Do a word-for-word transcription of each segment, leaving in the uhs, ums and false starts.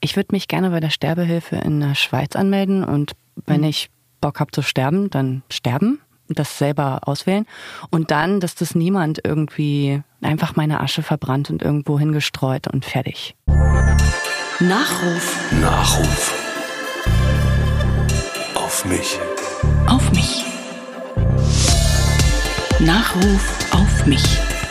Ich würde mich gerne bei der Sterbehilfe in der Schweiz anmelden und wenn mhm. ich Bock habe zu sterben, dann sterben, das selber auswählen und dann, dass das niemand irgendwie einfach meine Asche verbrannt und irgendwo hingestreut und fertig. Nachruf. Nachruf. Auf mich. Auf mich. Nachruf auf mich.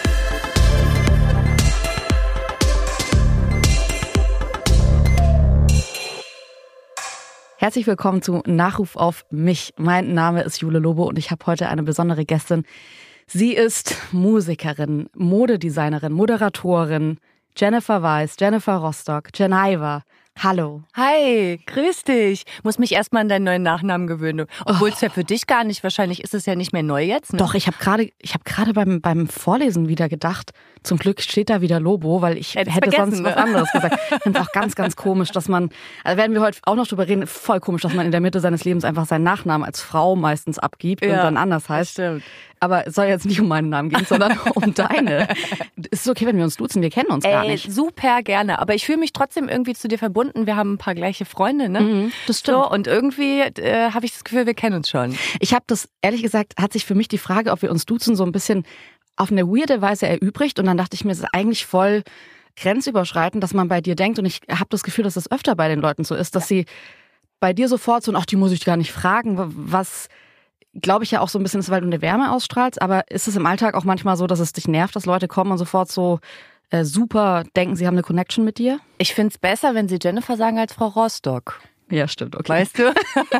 Herzlich willkommen zu Nachruf auf mich. Mein Name ist Jule Lobo und ich habe heute eine besondere Gästin. Sie ist Musikerin, Modedesignerin, Moderatorin, Jennifer Weiss, Jennifer Rostock, Geneva. Hallo. Hi, grüß dich. Muss mich erstmal an deinen neuen Nachnamen gewöhnen. Obwohl es oh. ja für dich gar nicht, wahrscheinlich ist es ja nicht mehr neu jetzt. Ne? Doch, ich habe gerade ich hab gerade beim, beim Vorlesen wieder gedacht, zum Glück steht da wieder Lobo, weil ich hätte sonst ne? was anderes gesagt. Ich finde es auch ganz, ganz komisch, dass man, also werden wir heute auch noch drüber reden, voll komisch, dass man in der Mitte seines Lebens einfach seinen Nachnamen als Frau meistens abgibt ja, und dann anders heißt. Stimmt. Aber es soll jetzt nicht um meinen Namen gehen, sondern um deine. Ist es okay, wenn wir uns duzen? Wir kennen uns Ey, gar nicht. Super gerne. Aber ich fühle mich trotzdem irgendwie zu dir verbunden. Wir haben ein paar gleiche Freunde, ne? Mhm, das stimmt. So, und irgendwie äh, habe ich das Gefühl, wir kennen uns schon. Ich habe das, ehrlich gesagt, hat sich für mich die Frage, ob wir uns duzen, so ein bisschen auf eine weirde Weise erübrigt. Und dann dachte ich mir, es ist eigentlich voll grenzüberschreitend, dass man bei dir denkt. Und ich habe das Gefühl, dass das öfter bei den Leuten so ist, dass ja. sie bei dir sofort so, ach, die muss ich gar nicht fragen, was... Glaube ich ja auch so ein bisschen ist, weil du eine Wärme ausstrahlst, aber ist es im Alltag auch manchmal so, dass es dich nervt, dass Leute kommen und sofort so äh, super denken, sie haben eine Connection mit dir? Ich finde es besser, wenn sie Jennifer sagen als Frau Rostock. Ja, stimmt, okay. Weißt du?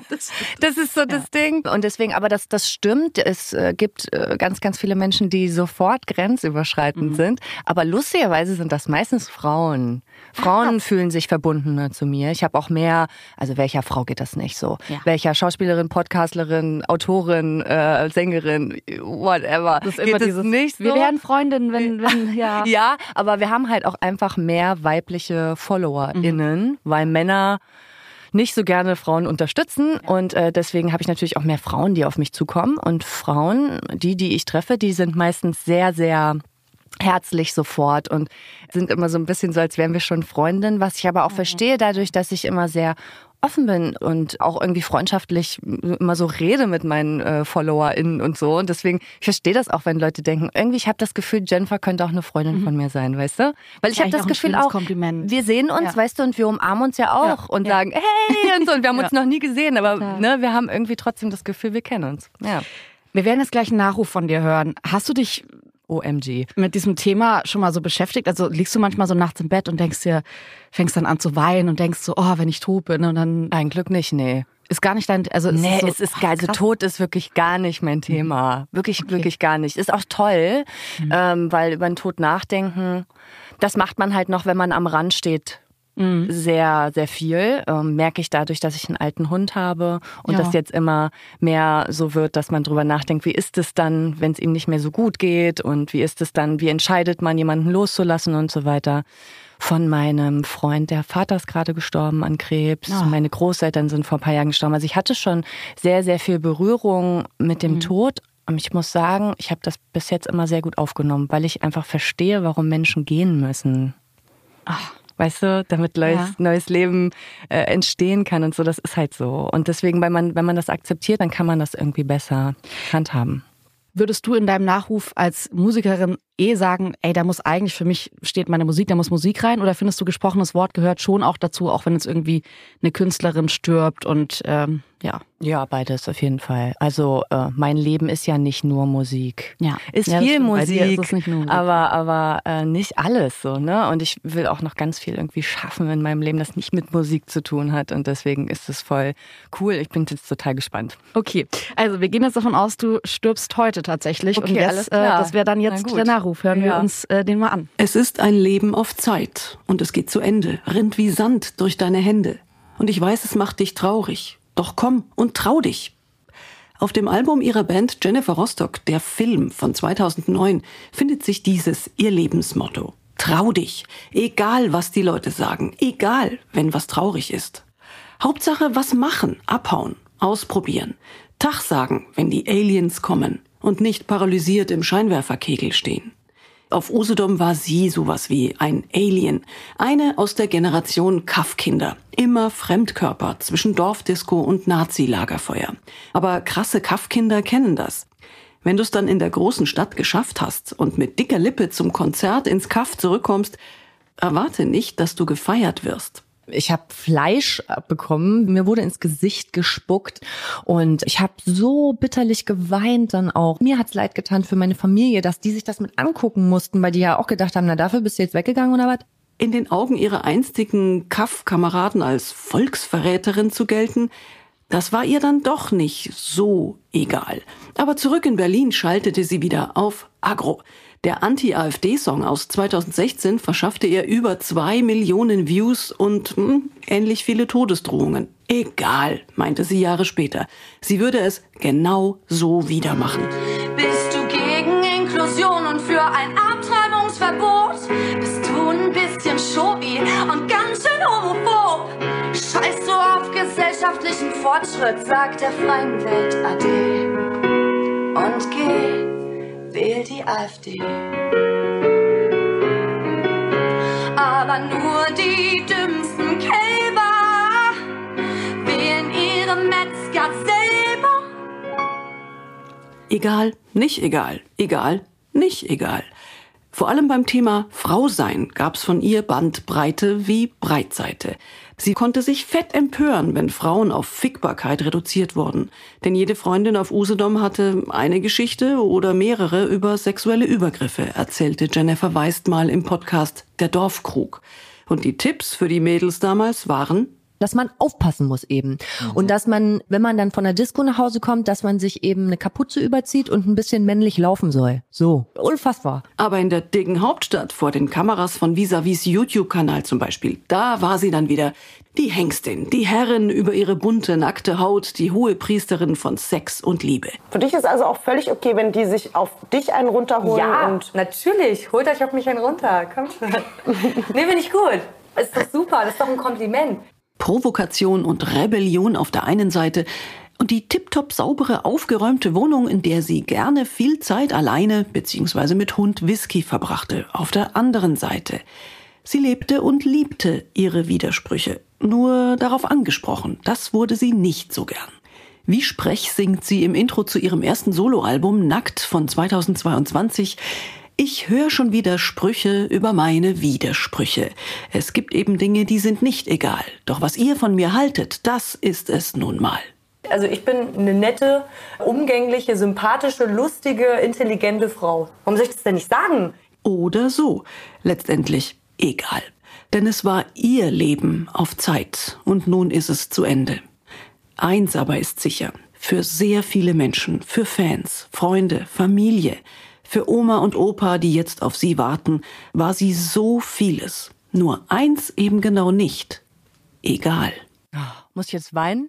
Das ist so ja. das Ding. Und deswegen, aber das, das stimmt. Es äh, gibt äh, ganz, ganz viele Menschen, die sofort grenzüberschreitend mhm. sind. Aber lustigerweise sind das meistens Frauen. Frauen Ach, fühlen sich verbundener zu mir. Ich habe auch mehr, also welcher Frau geht das nicht so? Ja. Welcher Schauspielerin, Podcastlerin, Autorin, äh, Sängerin, whatever. Das ist immer geht dieses, nicht so? Wir wären Freundinnen, wenn, wenn, ja. Ja, aber wir haben halt auch einfach mehr weibliche FollowerInnen, mhm. weil Männer nicht so gerne Frauen unterstützen und äh, deswegen habe ich natürlich auch mehr Frauen, die auf mich zukommen und Frauen, die, die ich treffe, die sind meistens sehr, sehr herzlich sofort und sind immer so ein bisschen so, als wären wir schon Freundinnen, was ich aber auch verstehe dadurch, dass ich immer sehr offen bin und auch irgendwie freundschaftlich immer so rede mit meinen äh, FollowerInnen und so. Und deswegen, ich verstehe das auch, wenn Leute denken, irgendwie, ich habe das Gefühl, Jennifer könnte auch eine Freundin mhm. von mir sein, weißt du? Weil ich habe das auch Gefühl auch, Kompliment. Wir sehen uns, ja. weißt du, und wir umarmen uns ja auch ja. und ja. sagen, hey und so. Und wir haben uns ja. noch nie gesehen, aber ne, wir haben irgendwie trotzdem das Gefühl, wir kennen uns. Ja. Wir werden jetzt gleich einen Nachruf von dir hören. Hast du dich O M G. mit diesem Thema schon mal so beschäftigt? Also liegst du manchmal so nachts im Bett und denkst dir, fängst dann an zu weinen und denkst so, oh, wenn ich tot bin und dann... Ein Glück nicht, nee. Ist gar nicht dein... Also nee, ist so, es ist geil. Also Tod ist wirklich gar nicht mein Thema. Wirklich, okay. wirklich gar nicht. Ist auch toll, mhm. ähm, weil über den Tod nachdenken, das macht man halt noch, wenn man am Rand steht. Mhm. Sehr, sehr viel. Ähm, merke ich dadurch, dass ich einen alten Hund habe und ja. das jetzt immer mehr so wird, dass man drüber nachdenkt, wie ist es dann, wenn es ihm nicht mehr so gut geht und wie ist es dann, wie entscheidet man, jemanden loszulassen und so weiter. Von meinem Freund, der Vater ist gerade gestorben an Krebs, oh. meine Großeltern sind vor ein paar Jahren gestorben. Also ich hatte schon sehr, sehr viel Berührung mit dem mhm. Tod. Und ich muss sagen, ich habe das bis jetzt immer sehr gut aufgenommen, weil ich einfach verstehe, warum Menschen gehen müssen. Ach. Weißt du, damit neues, ja. neues Leben äh, entstehen kann und so, das ist halt so. Und deswegen, wenn man, wenn man das akzeptiert, dann kann man das irgendwie besser handhaben. Würdest du in deinem Nachruf als Musikerin eh sagen, ey, da muss eigentlich für mich, steht meine Musik, da muss Musik rein? Oder findest du, gesprochenes Wort gehört schon auch dazu, auch wenn jetzt irgendwie eine Künstlerin stirbt und ähm, ja? Ja, beides auf jeden Fall. Also äh, mein Leben ist ja nicht nur Musik. Ja. Ist ja, viel Musik, bei dir ist es nicht nur Musik, aber, aber äh, nicht alles so, ne? Und ich will auch noch ganz viel irgendwie schaffen in meinem Leben, das nicht mit Musik zu tun hat. Und deswegen ist es voll cool. Ich bin jetzt total gespannt. Okay, also wir gehen jetzt davon aus, du stirbst heute tatsächlich. Okay, und jetzt, alles klar. Äh, das wäre dann jetzt der Nachruf. Hören ja. wir uns äh, den mal an. Es ist ein Leben auf Zeit und es geht zu Ende, rinnt wie Sand durch deine Hände. Und ich weiß, es macht dich traurig. Doch komm und trau dich. Auf dem Album ihrer Band Jennifer Rostock, der Film von zweitausendneun, findet sich dieses ihr Lebensmotto. Trau dich, egal was die Leute sagen, egal, wenn was traurig ist. Hauptsache was machen, abhauen, ausprobieren, Tag sagen, wenn die Aliens kommen und nicht paralysiert im Scheinwerferkegel stehen. Auf Usedom war sie sowas wie ein Alien. Eine aus der Generation Kaff-Kinder. Immer Fremdkörper zwischen Dorfdisco und Nazi-Lagerfeuer. Aber krasse Kaff-Kinder kennen das. Wenn du es dann in der großen Stadt geschafft hast und mit dicker Lippe zum Konzert ins Kaff zurückkommst, erwarte nicht, dass du gefeiert wirst. Ich habe Fleisch abbekommen, mir wurde ins Gesicht gespuckt und ich habe so bitterlich geweint dann auch. Mir hat's leid getan für meine Familie, dass die sich das mit angucken mussten, weil die ja auch gedacht haben, na dafür bist du jetzt weggegangen oder was? In den Augen ihrer einstigen Kaff-Kameraden als Volksverräterin zu gelten, das war ihr dann doch nicht so egal. Aber zurück in Berlin schaltete sie wieder auf Agro. Der Anti-AfD-Song aus zweitausendsechzehn verschaffte ihr über zwei Millionen Views und mh, ähnlich viele Todesdrohungen. Egal, meinte sie Jahre später. Sie würde es genau so wieder machen. Bist du gegen Inklusion und für ein Abtreibungsverbot? Bist du ein bisschen Schobi und ganz schön homophob? Scheißt du auf gesellschaftlichen Fortschritt, sagt der freien Welt Ade. Und geh, wähl die AfD. Aber nur die dümmsten Kälber wählen ihre Metzger selber. Egal, nicht egal, egal, nicht egal. Vor allem beim Thema Frau sein gab's von ihr Bandbreite wie Breitseite. Sie konnte sich fett empören, wenn Frauen auf Fickbarkeit reduziert wurden. Denn jede Freundin auf Usedom hatte eine Geschichte oder mehrere über sexuelle Übergriffe, erzählte Jennifer Weist mal im Podcast Der Dorfkrug. Und die Tipps für die Mädels damals waren: dass man aufpassen muss eben. Mhm. Und dass man, wenn man dann von der Disco nach Hause kommt, dass man sich eben eine Kapuze überzieht und ein bisschen männlich laufen soll. So, unfassbar. Aber in der dicken Hauptstadt, vor den Kameras von Vis-a-vis YouTube-Kanal zum Beispiel, da war sie dann wieder die Hengstin, die Herrin über ihre bunte, nackte Haut, die hohe Priesterin von Sex und Liebe. Für dich ist also auch völlig okay, wenn die sich auf dich einen runterholen? Ja, und natürlich. Holt euch auf mich einen runter. Kommt schon. Nee, bin ich gut. Ist doch super. Das ist doch ein Kompliment. Provokation und Rebellion auf der einen Seite und die tipptopp saubere, aufgeräumte Wohnung, in der sie gerne viel Zeit alleine bzw. mit Hund Whisky verbrachte, auf der anderen Seite. Sie lebte und liebte ihre Widersprüche, nur darauf angesprochen, das wurde sie nicht so gern. Wie Sprech singt sie im Intro zu ihrem ersten Soloalbum Nackt von zweitausendzweiundzwanzig: Ich höre schon wieder Sprüche über meine Widersprüche. Es gibt eben Dinge, die sind nicht egal. Doch was ihr von mir haltet, das ist es nun mal. Also ich bin eine nette, umgängliche, sympathische, lustige, intelligente Frau. Warum soll ich das denn nicht sagen? Oder so. Letztendlich egal. Denn es war ihr Leben auf Zeit und nun ist es zu Ende. Eins aber ist sicher. Für sehr viele Menschen, für Fans, Freunde, Familie, für Oma und Opa, die jetzt auf sie warten, war sie so vieles. Nur eins eben genau nicht. Egal. Oh, muss ich jetzt weinen?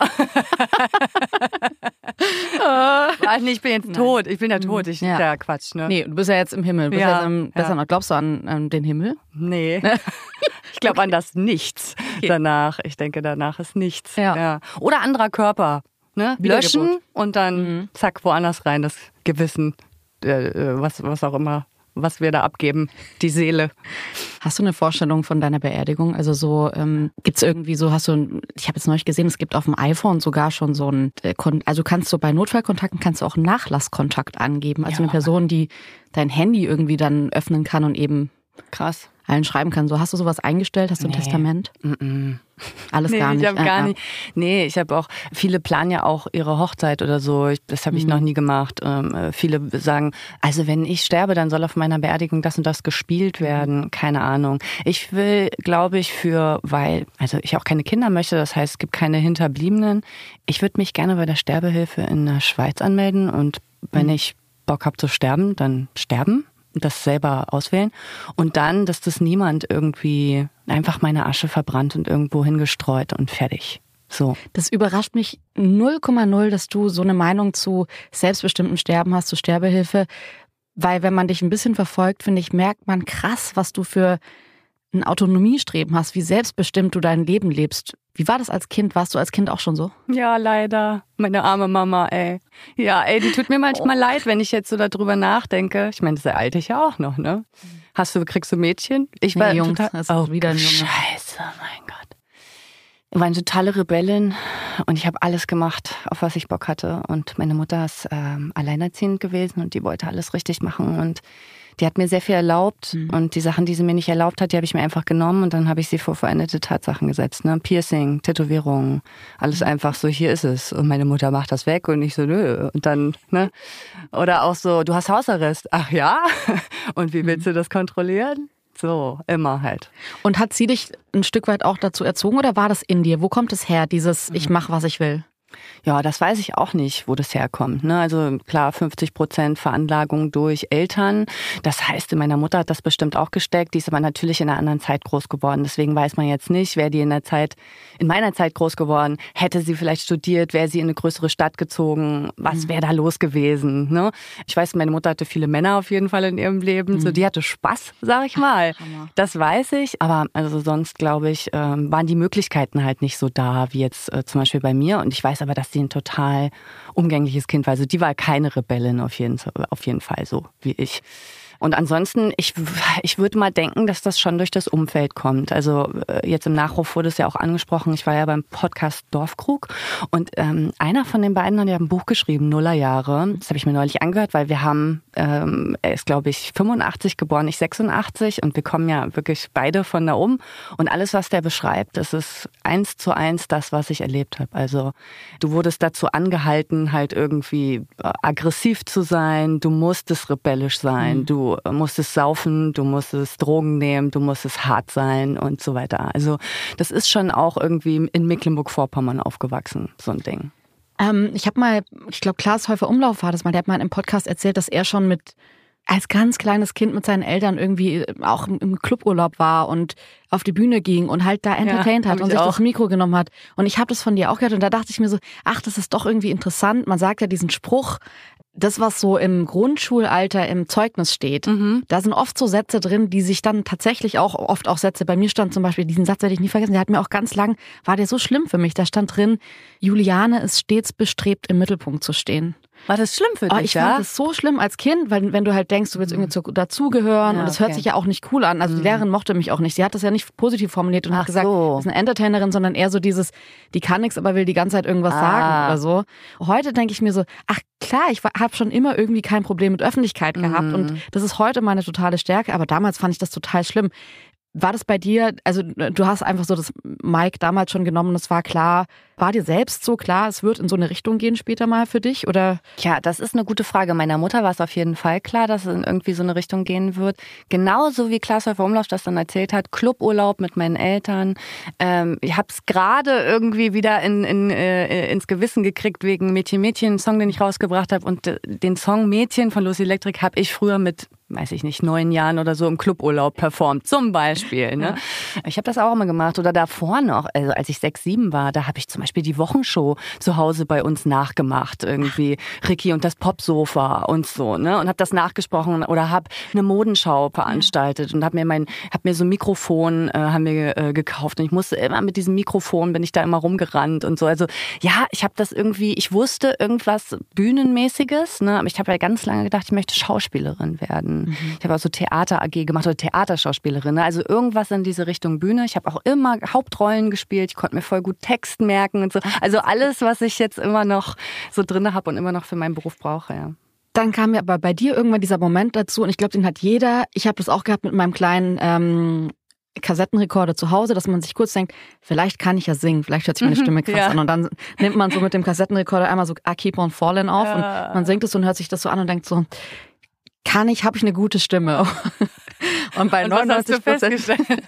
Ach nee, ich bin jetzt Nein. tot. Ich bin ja tot. Ich, Ja. ja, Quatsch, ne? Nee, du bist ja jetzt im Himmel. Du bist Ja, ja, jetzt im, ja. besser noch. Glaubst du an, an den Himmel? Nee. Ich glaube an das Nichts danach. Ich denke, danach ist nichts. Ja. Ja. Oder anderer Körper. Ne? Wiedergeburt. Löschen und dann zack, woanders rein, das Gewissen. Äh, was, was auch immer, was wir da abgeben, die Seele. Hast du eine Vorstellung von deiner Beerdigung? Also so, ähm, gibt's irgendwie so, hast du, ein, ich habe jetzt neulich gesehen, es gibt auf dem iPhone sogar schon so ein, äh, Kon- also kannst du bei Notfallkontakten, kannst du auch einen Nachlasskontakt angeben. Also Ja. eine Person, die dein Handy irgendwie dann öffnen kann und eben Krass. allen schreiben kann. So, hast du sowas eingestellt? Hast du ein Nee. Testament? Mm-mm. Alles Nee, gar nicht. ich habe Äh, gar äh. nicht. Nee, ich habe auch, viele planen ja auch ihre Hochzeit oder so. Ich, das habe ich Mhm. noch nie gemacht. Ähm, äh, viele sagen, also wenn ich sterbe, dann soll auf meiner Beerdigung das und das gespielt werden. Keine Ahnung. Ich will, glaube ich, für, weil, also ich auch keine Kinder möchte, das heißt, es gibt keine Hinterbliebenen. Ich würde mich gerne bei der Sterbehilfe in der Schweiz anmelden und wenn Mhm. ich Bock habe zu sterben, dann sterben. Das selber auswählen und dann, dass das niemand irgendwie einfach meine Asche verbrannt und irgendwo hingestreut und fertig. So. Das überrascht mich null Komma null, dass du so eine Meinung zu selbstbestimmtem Sterben hast, zu Sterbehilfe. Weil wenn man dich ein bisschen verfolgt, finde ich, merkt man krass, was du für ein Autonomiestreben hast, wie selbstbestimmt du dein Leben lebst. Wie war das als Kind? Warst du als Kind auch schon so? Ja, leider. Meine arme Mama, ey. Ja, ey, die tut mir manchmal oh. leid, wenn ich jetzt so darüber nachdenke. Ich meine, das ereilte ich ja auch noch, ne? Hast du, kriegst du Mädchen? Ich war nee, Jungs, total, das ist oh, wieder ein Junge. Scheiße, mein Gott. Ich war eine totale Rebellin und ich habe alles gemacht, auf was ich Bock hatte. Und meine Mutter ist ähm, alleinerziehend gewesen und die wollte alles richtig machen und die hat mir sehr viel erlaubt mhm. und die Sachen, die sie mir nicht erlaubt hat, die habe ich mir einfach genommen und dann habe ich sie vor veränderte Tatsachen gesetzt. Ne? Piercing, Tätowierungen, alles mhm. einfach so, hier ist es. Und meine Mutter macht das weg und ich so, nö. Und dann, ne? Oder auch so, du hast Hausarrest. Ach ja? Und wie willst du das kontrollieren? So, immer halt. Und hat sie dich ein Stück weit auch dazu erzogen oder war das in dir? Wo kommt es her, dieses ich mache, was ich will? Ja, das weiß ich auch nicht, wo das herkommt. Ne? Also klar, fünfzig Prozent Veranlagung durch Eltern. Das heißt, in meiner Mutter hat das bestimmt auch gesteckt. Die ist aber natürlich in einer anderen Zeit groß geworden. Deswegen weiß man jetzt nicht, wäre die in der Zeit, in meiner Zeit groß geworden, hätte sie vielleicht studiert, wäre sie in eine größere Stadt gezogen. Was wäre da los gewesen? Ne? Ich weiß, meine Mutter hatte viele Männer auf jeden Fall in ihrem Leben. Mhm. So, die hatte Spaß, sag ich mal. Ach, das weiß ich. Aber also sonst, glaube ich, ähm, waren die Möglichkeiten halt nicht so da, wie jetzt äh, zum Beispiel bei mir. Und ich weiß aber, dass sie ein total umgängliches Kind war. Also die war keine Rebellin auf jeden, auf jeden Fall so wie ich. Und ansonsten, ich, ich würde mal denken, dass das schon durch das Umfeld kommt. Also jetzt im Nachruf wurde es ja auch angesprochen, ich war ja beim Podcast Dorfkrug und ähm, einer von den beiden hat ja ein Buch geschrieben, Nullerjahre. Das habe ich mir neulich angehört, weil wir haben, ähm, er ist glaube ich fünfundachtzig geboren, ich sechsundachtzig und wir kommen ja wirklich beide von da um. Und alles, was der beschreibt, das ist eins zu eins das, was ich erlebt habe. Also du wurdest dazu angehalten, halt irgendwie aggressiv zu sein, du musstest rebellisch sein, mhm. du Du musstest saufen, du musstest Drogen nehmen, du musstest hart sein und so weiter. Also das ist schon auch irgendwie in Mecklenburg-Vorpommern aufgewachsen, so ein Ding. Ähm, ich habe mal, ich glaube Klaas Häufer Umlauf war das mal, der hat mal im Podcast erzählt, dass er schon mit als ganz kleines Kind mit seinen Eltern irgendwie auch im Cluburlaub war und auf die Bühne ging und halt da entertained ja, hat und sich auch das Mikro genommen hat. Und ich habe das von dir auch gehört und da dachte ich mir so, ach, das ist doch irgendwie interessant. Man sagt ja diesen Spruch, das, was so im Grundschulalter im Zeugnis steht, mhm. da sind oft so Sätze drin, die sich dann tatsächlich auch, oft auch Sätze, bei mir stand zum Beispiel, diesen Satz werde ich nie vergessen, der hat mir auch ganz lang, war der so schlimm für mich, da stand drin, Juliane ist stets bestrebt, im Mittelpunkt zu stehen. War das schlimm für dich, oh, ich ja? fand das so schlimm als Kind, weil wenn du halt denkst, du willst irgendwie zu, dazugehören ja, und das okay. hört sich ja auch nicht cool an. Also die Lehrerin mochte mich auch nicht. Sie hat das ja nicht positiv formuliert und Ach hat gesagt, so. Das ist eine Entertainerin, sondern eher so dieses, die kann nichts, aber will die ganze Zeit irgendwas ah. sagen oder so. Heute denke ich mir so, ach klar, ich habe schon immer irgendwie kein Problem mit Öffentlichkeit gehabt mhm. und das ist heute meine totale Stärke, aber damals fand ich das total schlimm. War das bei dir, also du hast einfach so das Mic damals schon genommen, das war klar. War dir selbst so klar, es wird in so eine Richtung gehen später mal für dich, oder? Tja, das ist eine gute Frage. Meiner Mutter war es auf jeden Fall klar, dass es in irgendwie so eine Richtung gehen wird. Genauso wie Klaas Häufer Umlauf das dann erzählt hat, Cluburlaub mit meinen Eltern. Ähm, ich habe es gerade irgendwie wieder in, in, äh, ins Gewissen gekriegt wegen Mädchen, Mädchen, einen Song, den ich rausgebracht habe. Und äh, den Song Mädchen von Lucy Electric habe ich früher mit, weiß ich nicht, neun Jahren oder so im Cluburlaub performt, zum Beispiel. Ne? Ja. Ich habe das auch immer gemacht. Oder davor noch, also als ich sechs, sieben war, da habe ich zum Beispiel die Wochenshow zu Hause bei uns nachgemacht. Irgendwie Ricky und das Popsofa und so. Ne? Und habe das nachgesprochen oder habe eine Modenschau veranstaltet und habe mir mein, habe mir so ein Mikrofon äh, haben wir äh, gekauft. Und ich musste immer mit diesem Mikrofon, bin ich da immer rumgerannt und so. Also ja, ich habe das irgendwie, ich wusste irgendwas Bühnenmäßiges. Ne? Aber ich habe ja ganz lange gedacht, ich möchte Schauspielerin werden. Mhm. Ich habe auch so Theater A G gemacht oder Theaterschauspielerin. Ne? Also irgendwas in diese Richtung Bühne. Ich habe auch immer Hauptrollen gespielt. Ich konnte mir voll gut Text merken und so. Also alles, was ich jetzt immer noch so drin habe und immer noch für meinen Beruf brauche, ja. Dann kam ja aber bei dir irgendwann dieser Moment dazu und ich glaube, den hat jeder. Ich habe das auch gehabt mit meinem kleinen ähm, Kassettenrekorder zu Hause, dass man sich kurz denkt, vielleicht kann ich ja singen, vielleicht hört sich meine Stimme krass ja. an und dann nimmt man so mit dem Kassettenrekorder einmal so I Keep on Falling auf ja. und man singt es und hört sich das so an und denkt so, kann ich, habe ich eine gute Stimme? Und bei neunundneunzig Prozent,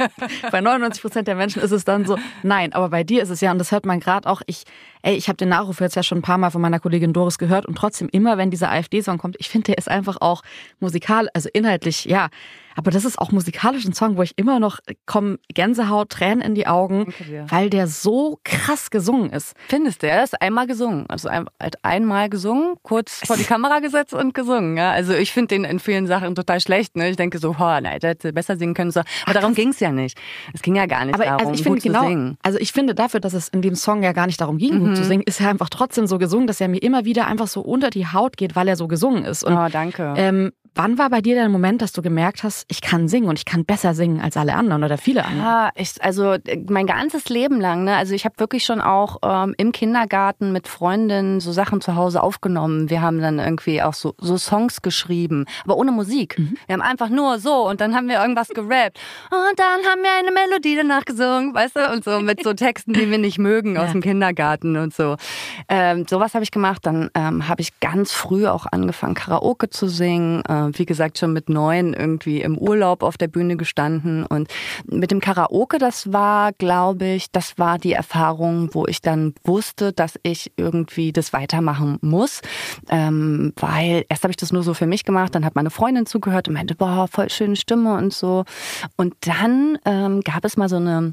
bei neunundneunzig Prozent der Menschen ist es dann so, nein, aber bei dir ist es ja, und das hört man gerade auch, ich, ey, ich habe den Nachruf jetzt ja schon ein paar Mal von meiner Kollegin Doris gehört und trotzdem immer, wenn dieser AfD-Song kommt, ich finde, der ist einfach auch musikal, also inhaltlich, ja, Aber das ist auch musikalisch ein Song, wo ich immer noch kommen Gänsehaut, Tränen in die Augen, weil der so krass gesungen ist. Findest du? Er ist einmal gesungen. Also ein, hat einmal gesungen, kurz vor die Kamera gesetzt und gesungen. Ja? Also ich finde den in vielen Sachen total schlecht. Ne? Ich denke so, boah, nein, der hätte besser singen können. So. Aber Ach, darum ging es ja nicht. Es ging ja gar nicht aber darum, also ich finde gut genau, zu singen. Also ich finde dafür, dass es in dem Song ja gar nicht darum ging, Mhm. gut zu singen, ist er einfach trotzdem so gesungen, dass er mir immer wieder einfach so unter die Haut geht, weil er so gesungen ist. Und, oh, danke. Ähm, wann war bei dir der Moment, dass du gemerkt hast, ich kann singen und ich kann besser singen als alle anderen oder viele andere? Ja, ich, also mein ganzes Leben lang. Ne? Also ich habe wirklich schon auch ähm, im Kindergarten mit Freundinnen so Sachen zu Hause aufgenommen. Wir haben dann irgendwie auch so, so Songs geschrieben, aber ohne Musik. Mhm. Wir haben einfach nur so und dann haben wir irgendwas gerappt. Und dann haben wir eine Melodie danach gesungen, weißt du? Und so mit so Texten, die wir nicht mögen ja. aus dem Kindergarten und so. Ähm, sowas habe ich gemacht. Dann ähm, habe ich ganz früh auch angefangen, Karaoke zu singen. Ähm, wie gesagt, schon mit neun irgendwie im Urlaub auf der Bühne gestanden. Und mit dem Karaoke, das war, glaube ich, das war die Erfahrung, wo ich dann wusste, dass ich irgendwie das weitermachen muss. Ähm, weil erst habe ich das nur so für mich gemacht, dann hat meine Freundin zugehört und meinte, boah, voll schöne Stimme und so. Und dann ähm, gab es mal so eine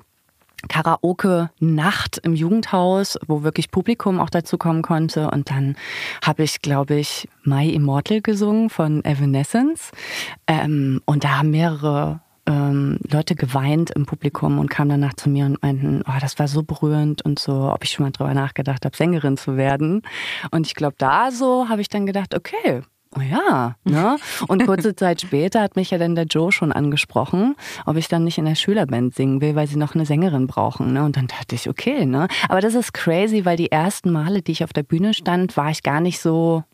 Karaoke-Nacht im Jugendhaus, wo wirklich Publikum auch dazu kommen konnte. Und dann habe ich, glaube ich, My Immortal gesungen von Evanescence. Ähm, und da haben mehrere ähm, Leute geweint im Publikum und kamen danach zu mir und meinten, oh, das war so berührend und so, ob ich schon mal drüber nachgedacht habe, Sängerin zu werden. Und ich glaube, da so habe ich dann gedacht, okay, oh ja, ne? Und kurze Zeit später hat mich ja dann der Joe schon angesprochen, ob ich dann nicht in der Schülerband singen will, weil sie noch eine Sängerin brauchen, ne? Und dann dachte ich, okay, ne? Aber das ist crazy, weil die ersten Male, die ich auf der Bühne stand, war ich gar nicht so,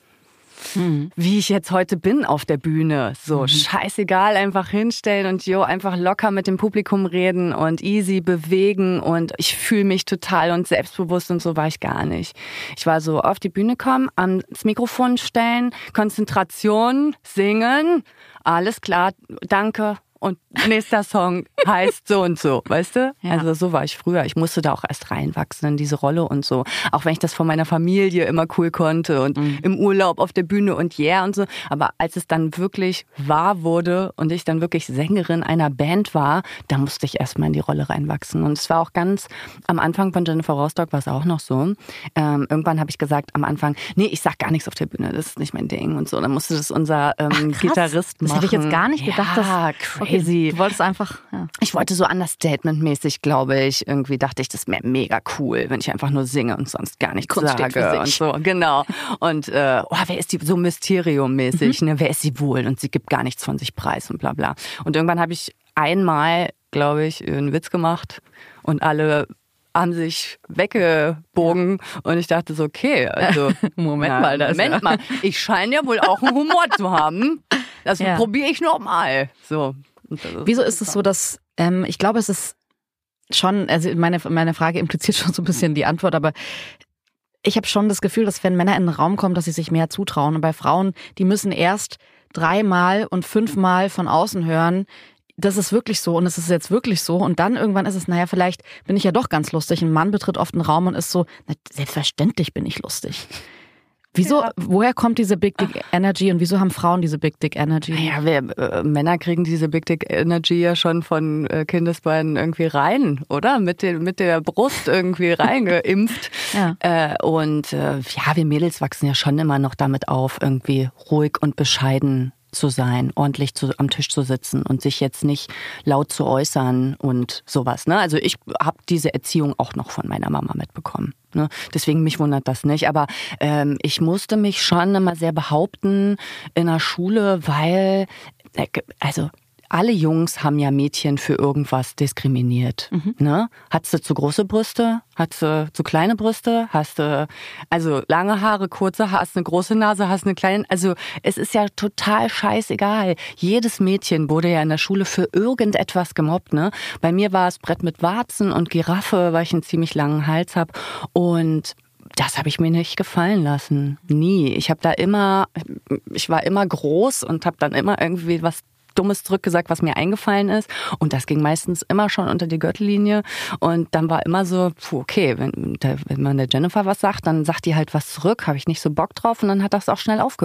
hm. wie ich jetzt heute bin auf der Bühne. So mhm. scheißegal, einfach hinstellen und jo, einfach locker mit dem Publikum reden und easy bewegen und ich fühle mich total und selbstbewusst und so war ich gar nicht. Ich war so auf die Bühne kommen, ans Mikrofon stellen, Konzentration, singen, alles klar, danke. Und nächster Song heißt so und so, weißt du? Ja. Also so war ich früher. Ich musste da auch erst reinwachsen in diese Rolle und so. Auch wenn ich das von meiner Familie immer cool konnte und mhm. im Urlaub auf der Bühne und yeah und so. Aber als es dann wirklich wahr wurde und ich dann wirklich Sängerin einer Band war, da musste ich erstmal in die Rolle reinwachsen. Und es war auch ganz, am Anfang von Jennifer Rostock war es auch noch so. Ähm, irgendwann habe ich gesagt am Anfang, nee, ich sag gar nichts auf der Bühne, das ist nicht mein Ding und so. Dann musste das unser ähm, Ach, Gitarrist machen. Das hätte ich jetzt gar nicht gedacht. Ja, dass, crazy. Okay, du wolltest einfach, ja. Ich wollte so understatement-mäßig, glaube ich. Irgendwie dachte ich, das wäre mega cool, wenn ich einfach nur singe und sonst gar nichts Kunst sage. steht für und sich. so, genau. Und äh, oh, wer ist die so Mysterium-mäßig? Mhm. Ne? Wer ist sie wohl? Und sie gibt gar nichts von sich preis und bla bla. Und irgendwann habe ich einmal, glaube ich, einen Witz gemacht und alle haben sich weggebogen ja. und ich dachte so, okay, also Moment na, mal, das Moment ja. mal, ich scheine ja wohl auch einen Humor zu haben. Das ja. probiere ich noch mal. So. Wieso ist es so, dass ähm, ich glaube, es ist schon, also meine meine Frage impliziert schon so ein bisschen die Antwort, aber ich habe schon das Gefühl, dass wenn Männer in den Raum kommen, dass sie sich mehr zutrauen. Und bei Frauen, die müssen erst dreimal und fünfmal von außen hören, das ist wirklich so und es ist jetzt wirklich so und dann irgendwann ist es, naja, vielleicht bin ich ja doch ganz lustig. Ein Mann betritt oft einen Raum und ist so, na, selbstverständlich bin ich lustig. Wieso, ja. woher kommt diese Big Dick Energy und wieso haben Frauen diese Big Dick Energy? Ja, wir äh, Männer kriegen diese Big Dick Energy ja schon von äh, Kindesbeinen irgendwie rein, oder? Mit, den, mit der Brust irgendwie reingeimpft. ja. Äh, und äh, ja, wir Mädels wachsen ja schon immer noch damit auf, irgendwie ruhig und bescheiden zu sein, ordentlich zu, am Tisch zu sitzen und sich jetzt nicht laut zu äußern und sowas. Ne? Also ich habe diese Erziehung auch noch von meiner Mama mitbekommen. Ne? Deswegen mich wundert das nicht. Aber ähm, ich musste mich schon immer sehr behaupten in der Schule, weil äh, also alle Jungs haben ja Mädchen für irgendwas diskriminiert. Mhm. Ne? Hattest du zu große Brüste? Hattest du zu kleine Brüste? Hast du also lange Haare, kurze Haare, hast eine große Nase, hast eine kleine... Also es ist ja total scheißegal. Jedes Mädchen wurde ja in der Schule für irgendetwas gemobbt. Ne? Bei mir war es Brett mit Warzen und Giraffe, weil ich einen ziemlich langen Hals habe. Und das habe ich mir nicht gefallen lassen. Nie. Ich habe da immer... Ich war immer groß und habe dann immer irgendwie was Dummes zurückgesagt, was mir eingefallen ist. Und das ging meistens immer schon unter die Gürtellinie. Und dann war immer so, puh, okay, wenn, wenn man der Jennifer was sagt, dann sagt die halt was zurück, habe ich nicht so Bock drauf und dann hat das auch schnell aufgehört.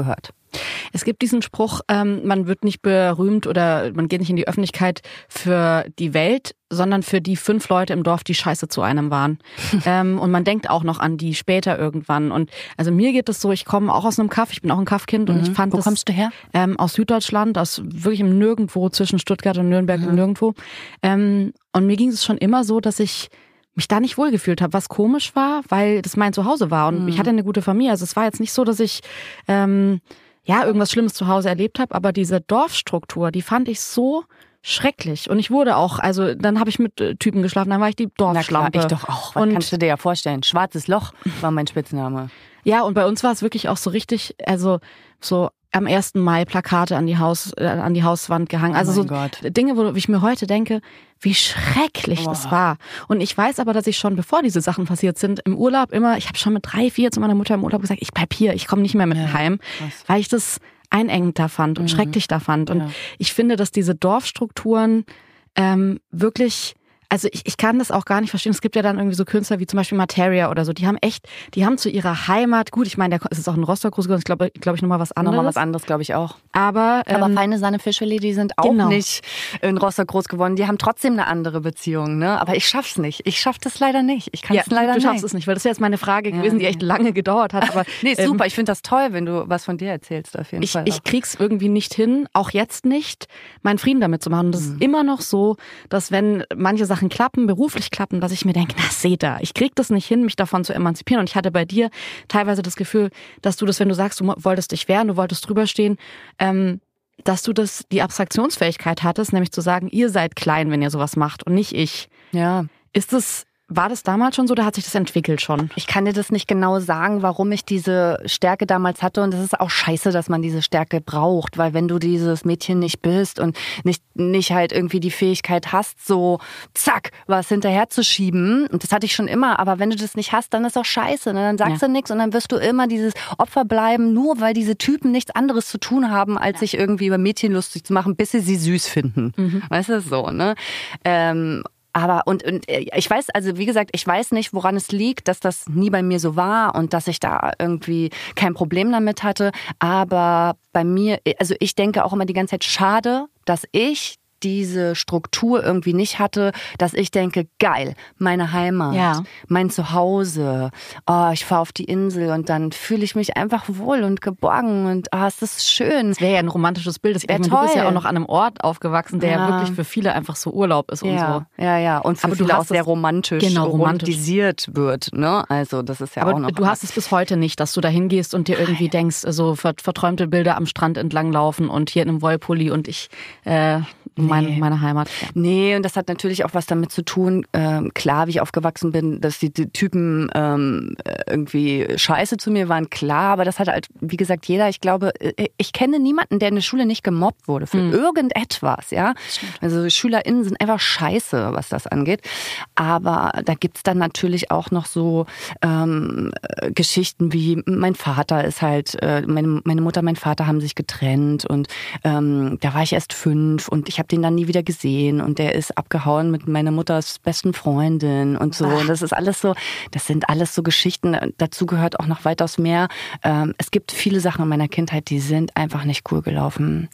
Es gibt diesen Spruch, ähm, man wird nicht berühmt oder man geht nicht in die Öffentlichkeit für die Welt, sondern für die fünf Leute im Dorf, die scheiße zu einem waren. ähm, und man denkt auch noch an die später irgendwann. Und also mir geht es so, ich komme auch aus einem Kaff, ich bin auch ein Kaffkind Mhm. und ich fand Wo das, kommst du her? Ähm, aus Süddeutschland, aus wirklich im Nirgendwo zwischen Stuttgart und Nürnberg Mhm. im Nirgendwo. Ähm, und mir ging es schon immer so, dass ich mich da nicht wohlgefühlt habe, was komisch war, weil das mein Zuhause war und Mhm. ich hatte eine gute Familie. Also es war jetzt nicht so, dass ich ähm, ja irgendwas Schlimmes zu Hause erlebt habe, aber diese Dorfstruktur, die fand ich so schrecklich. Und ich wurde auch, also dann habe ich mit äh, Typen geschlafen, dann war ich die Na klar, Dorfschlampe. ich doch auch. Was Und kannst du dir ja vorstellen? Schwarzes Loch war mein Spitzname. ja, und bei uns war es wirklich auch so richtig, also so am ersten Mai Plakate an die Haus, äh, an die Hauswand gehangen. Also Oh so mein Gott. Dinge, wo ich mir heute denke, wie schrecklich Boah. das war. Und ich weiß aber, dass ich schon, bevor diese Sachen passiert sind, im Urlaub immer, ich habe schon mit drei, vier zu meiner Mutter im Urlaub gesagt, ich bleib hier, ich komme nicht mehr mit Ja, heim, krass. weil ich das einengend da fand und Mhm. schrecklich da fand. Und Ja. ich finde, dass diese Dorfstrukturen ähm, wirklich, also ich, ich kann das auch gar nicht verstehen. Es gibt ja dann irgendwie so Künstler wie zum Beispiel Materia oder so, die haben echt, die haben zu ihrer Heimat, gut, ich meine, der es ist auch in Rostock groß geworden, ich glaube glaube ich nochmal was anderes. Nochmal was anderes, glaube ich auch. Aber, ähm, Aber feine Sahne Fischfilet, die sind auch genau. nicht in Rostock groß geworden. Die haben trotzdem eine andere Beziehung, ne? Aber ich schaff's nicht. Ich schaff das leider nicht. Ich kann ja, es leider du nicht. schaffst es nicht, weil das ist jetzt meine Frage gewesen, die echt lange gedauert hat. Aber Nee, ist ähm, super. Ich finde das toll, wenn du was von dir erzählst, auf jeden Ich, Fall. ich krieg's irgendwie nicht hin, auch jetzt nicht, meinen Frieden damit zu machen. Und das Mhm. ist immer noch so, dass wenn manche Sachen klappen, beruflich klappen, dass ich mir denke, na seht ihr, ich krieg das nicht hin, mich davon zu emanzipieren. Und ich hatte bei dir teilweise das Gefühl, dass du das, wenn du sagst, du wolltest dich wehren, du wolltest drüber stehen, ähm, dass du das die Abstraktionsfähigkeit hattest, nämlich zu sagen, ihr seid klein, wenn ihr sowas macht und nicht ich. Ja. Ist das, war das damals schon so oder hat sich das entwickelt schon? Ich kann dir das nicht genau sagen, warum ich diese Stärke damals hatte. Und das ist auch scheiße, dass man diese Stärke braucht. Weil wenn du dieses Mädchen nicht bist und nicht, nicht halt irgendwie die Fähigkeit hast, so zack, was hinterher zu schieben. Und das hatte ich schon immer. Aber wenn du das nicht hast, dann ist auch scheiße. Ne? Dann sagst Ja. du nichts und dann wirst du immer dieses Opfer bleiben, nur weil diese Typen nichts anderes zu tun haben, als sich irgendwie über Mädchen lustig zu machen, bis sie sie süß finden. Mhm. Weißt du, so, ne? Ähm, Aber und, und ich weiß, also wie gesagt, ich weiß nicht, woran es liegt, dass das nie bei mir so war und dass ich da irgendwie kein Problem damit hatte. Aber bei mir, also ich denke auch immer die ganze Zeit, schade, dass ich diese Struktur irgendwie nicht hatte, dass ich denke, geil, meine Heimat, Ja. mein Zuhause, oh, ich fahre auf die Insel und dann fühle ich mich einfach wohl und geborgen und ah, es ist schön. Das wäre ja ein romantisches Bild. Ich Wär meine, du bist ja toll. auch noch an einem Ort aufgewachsen, der ja, Ja. wirklich für viele einfach so Urlaub ist und Ja, so. ja, ja. Und für Aber du viele auch hast sehr es- romantisch, genau, romantisch. romantisiert wird. Ne? Also das ist ja Aber auch noch du hast es bis heute nicht, dass du da hingehst und dir irgendwie denkst, so ver verträumte Bilder am Strand entlang laufen und hier in einem Wollpulli und ich, äh, mein, Nee. meine Heimat. Nee, und das hat natürlich auch was damit zu tun, ähm, klar, wie ich aufgewachsen bin, dass die, die Typen ähm, irgendwie scheiße zu mir waren, klar, aber das hat halt, wie gesagt, jeder, ich glaube, ich kenne niemanden, der in der Schule nicht gemobbt wurde für Mhm. irgendetwas, ja. Also SchülerInnen sind einfach scheiße, was das angeht. Aber da gibt's dann natürlich auch noch so ähm, äh, Geschichten wie, mein Vater ist halt, äh, meine, meine Mutter, mein Vater haben sich getrennt und ähm, da war ich erst fünf und ich habe den dann nie wieder gesehen und der ist abgehauen mit meiner Mutters besten Freundin und so. Und das ist alles so, das sind alles so Geschichten. Dazu gehört auch noch weitaus mehr. Ähm, es gibt viele Sachen in meiner Kindheit, die sind einfach nicht cool gelaufen.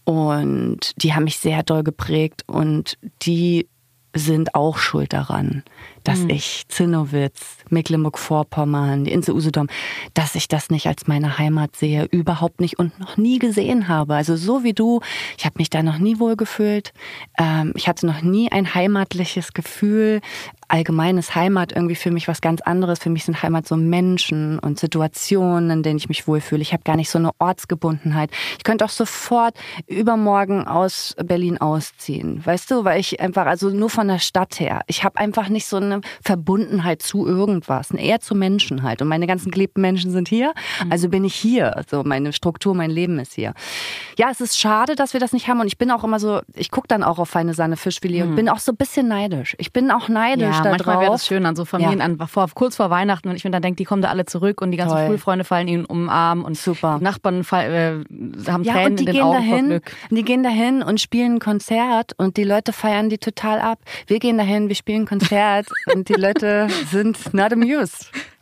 Und die haben mich sehr doll geprägt und die sind auch schuld daran, dass Mhm. ich Zinnowitz, Mecklenburg-Vorpommern, die Insel Usedom, dass ich das nicht als meine Heimat sehe, überhaupt nicht und noch nie gesehen habe. Also so wie du, ich habe mich da noch nie wohl gefühlt. Ähm, ich hatte noch nie ein heimatliches Gefühl. Allgemein ist Heimat irgendwie für mich was ganz anderes. Für mich sind Heimat so Menschen und Situationen, in denen ich mich wohlfühle. Ich habe gar nicht so eine Ortsgebundenheit. Ich könnte auch sofort übermorgen aus Berlin ausziehen. Weißt du, weil ich einfach, also nur von der Stadt her, ich habe einfach nicht so eine Verbundenheit zu irgendwas, eher zu Menschen halt. Und meine ganzen geliebten Menschen sind hier, also bin ich hier. Also meine Struktur, mein Leben ist hier. Ja, es ist schade, dass wir das nicht haben. Und ich bin auch immer so, ich gucke dann auch auf feine Sahne Fischfilet und bin auch so ein bisschen neidisch. Ich bin auch neidisch Ja, da manchmal drauf. wäre das schön an so Familien, Ja. an, vor, kurz vor Weihnachten, wenn ich mir dann denke, die kommen da alle zurück und die ganzen Toll. Schulfreunde fallen ihnen um den Arm und Super. die Nachbarn fall, äh, haben Ja, Tränen und die in den gehen Augen vor dahin, Glück. die gehen dahin und spielen ein Konzert und die Leute feiern die total ab. Wir gehen dahin, wir spielen ein Konzert und die Leute sind not amused.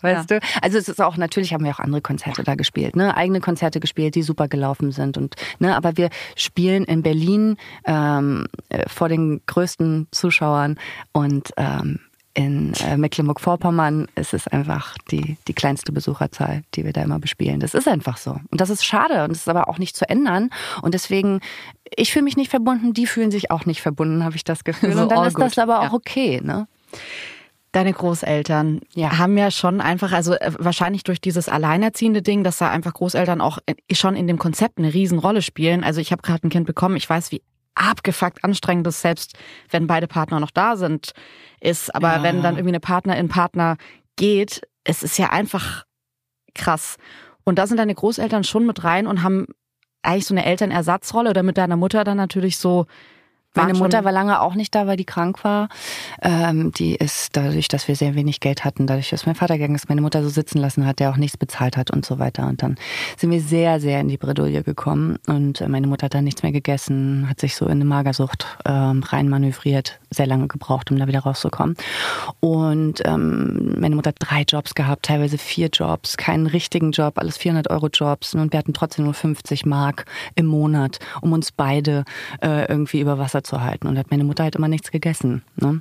weißt ja. du? Also es ist auch, natürlich haben wir auch andere Konzerte da gespielt, ne? Eigene Konzerte gespielt, die super gelaufen sind. Und, ne? Aber wir spielen in Berlin ähm, vor den größten Zuschauern und ähm, in äh, Mecklenburg-Vorpommern ist es einfach die, die kleinste Besucherzahl, die wir da immer bespielen. Das ist einfach so. Und das ist schade und das ist aber auch nicht zu ändern. Und deswegen, ich fühle mich nicht verbunden, die fühlen sich auch nicht verbunden, habe ich das Gefühl. So, und dann ist good. das aber auch ja. okay, ne? Deine Großeltern ja. haben ja schon einfach, also wahrscheinlich durch dieses alleinerziehende Ding, dass da einfach Großeltern auch schon in dem Konzept eine Riesenrolle spielen. Also ich habe gerade ein Kind bekommen, ich weiß, wie abgefuckt anstrengend das selbst, wenn beide Partner noch da sind, ist. Aber ja. wenn dann irgendwie eine Partnerin, Partner geht, es ist ja einfach krass. Und da sind deine Großeltern schon mit rein und haben eigentlich so eine Elternersatzrolle oder mit deiner Mutter dann natürlich so. Meine Mutter war lange auch nicht da, weil die krank war. Ähm, die ist dadurch, dass wir sehr wenig Geld hatten, dadurch, dass mein Vater gegangen ist, meine Mutter so sitzen lassen hat, der auch nichts bezahlt hat und so weiter. Und dann sind wir sehr, sehr in die Bredouille gekommen. Und meine Mutter hat dann nichts mehr gegessen, hat sich so in eine Magersucht ähm, reinmanövriert, sehr lange gebraucht, um da wieder rauszukommen. Und ähm, meine Mutter hat drei Jobs gehabt, teilweise vier Jobs, keinen richtigen Job, alles vierhundert Euro Jobs. Und wir hatten trotzdem nur fünfzig Mark im Monat, um uns beide äh, irgendwie über Wasser zu halten. Und hat meine Mutter halt immer nichts gegessen. Ne?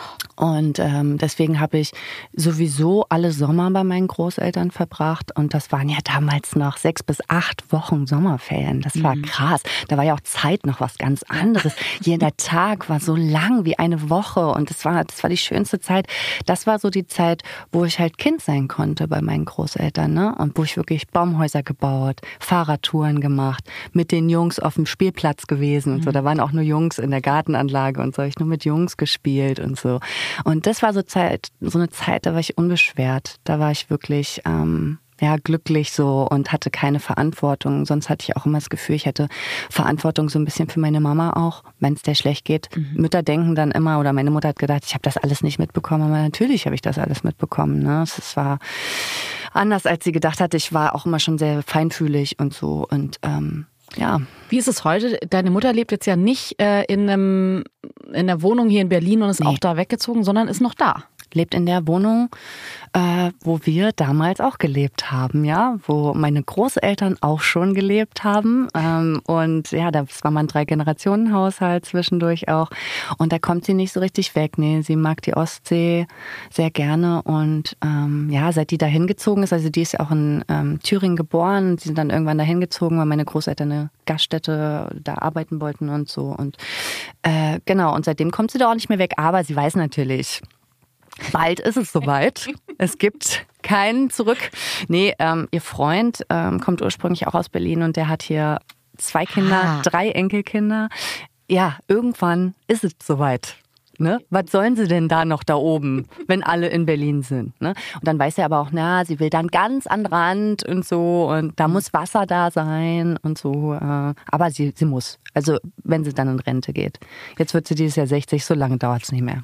Und ähm, deswegen habe ich sowieso alle Sommer bei meinen Großeltern verbracht. Und das waren ja damals noch sechs bis acht Wochen Sommerferien. Das war mhm. krass. Da war ja auch Zeit noch was ganz anderes. Jeder Tag war so lang wie eine Woche. Und das war, das war die schönste Zeit. Das war so die Zeit, wo ich halt Kind sein konnte bei meinen Großeltern. Ne? Und wo ich wirklich Baumhäuser gebaut, Fahrradtouren gemacht, mit den Jungs auf dem Spielplatz gewesen. Und so. Da waren auch nur Jungs in der Gartenanlage und so. Ich nur mit Jungs gespielt und so. Und das war so Zeit, so eine Zeit, da war ich unbeschwert. Da war ich wirklich ähm, ja glücklich so und hatte keine Verantwortung. Sonst hatte ich auch immer das Gefühl, ich hätte Verantwortung so ein bisschen für meine Mama auch, wenn es der schlecht geht. Mhm. Mütter denken dann immer, oder meine Mutter hat gedacht, ich habe das alles nicht mitbekommen. Aber natürlich habe ich das alles mitbekommen. Ne? Es war anders, als sie gedacht hat. Ich war auch immer schon sehr feinfühlig und so. Und ähm, ja. Wie ist es heute? Deine Mutter lebt jetzt ja nicht äh, in, einem, in einer Wohnung hier in Berlin und ist nee. auch da weggezogen, sondern ist noch da. Lebt in der Wohnung, äh, wo wir damals auch gelebt haben, ja, wo meine Großeltern auch schon gelebt haben. Ähm, und ja, das war mal ein Drei-Generationen-Haushalt zwischendurch auch. Und da kommt sie nicht so richtig weg. Nee, sie mag die Ostsee sehr gerne. Und ähm, ja, seit die da hingezogen ist, also die ist ja auch in ähm, Thüringen geboren. Sie sind dann irgendwann da hingezogen, weil meine Großeltern eine Gaststätte da arbeiten wollten und so. Und äh, genau, und seitdem kommt sie da auch nicht mehr weg. Aber sie weiß natürlich, bald ist es soweit. Es gibt keinen zurück. Nee, ähm, ihr Freund ähm, kommt ursprünglich auch aus Berlin und der hat hier zwei Kinder, ah. drei Enkelkinder. Ja, irgendwann ist es soweit. Ne? Was sollen sie denn da noch da oben, wenn alle in Berlin sind? Ne? Und dann weiß er aber auch, na, sie will dann ganz an den Rand und so und da muss Wasser da sein und so. Äh, aber sie, sie muss. Also wenn sie dann in Rente geht. Jetzt wird sie dieses Jahr sechzig, so lange dauert es nicht mehr.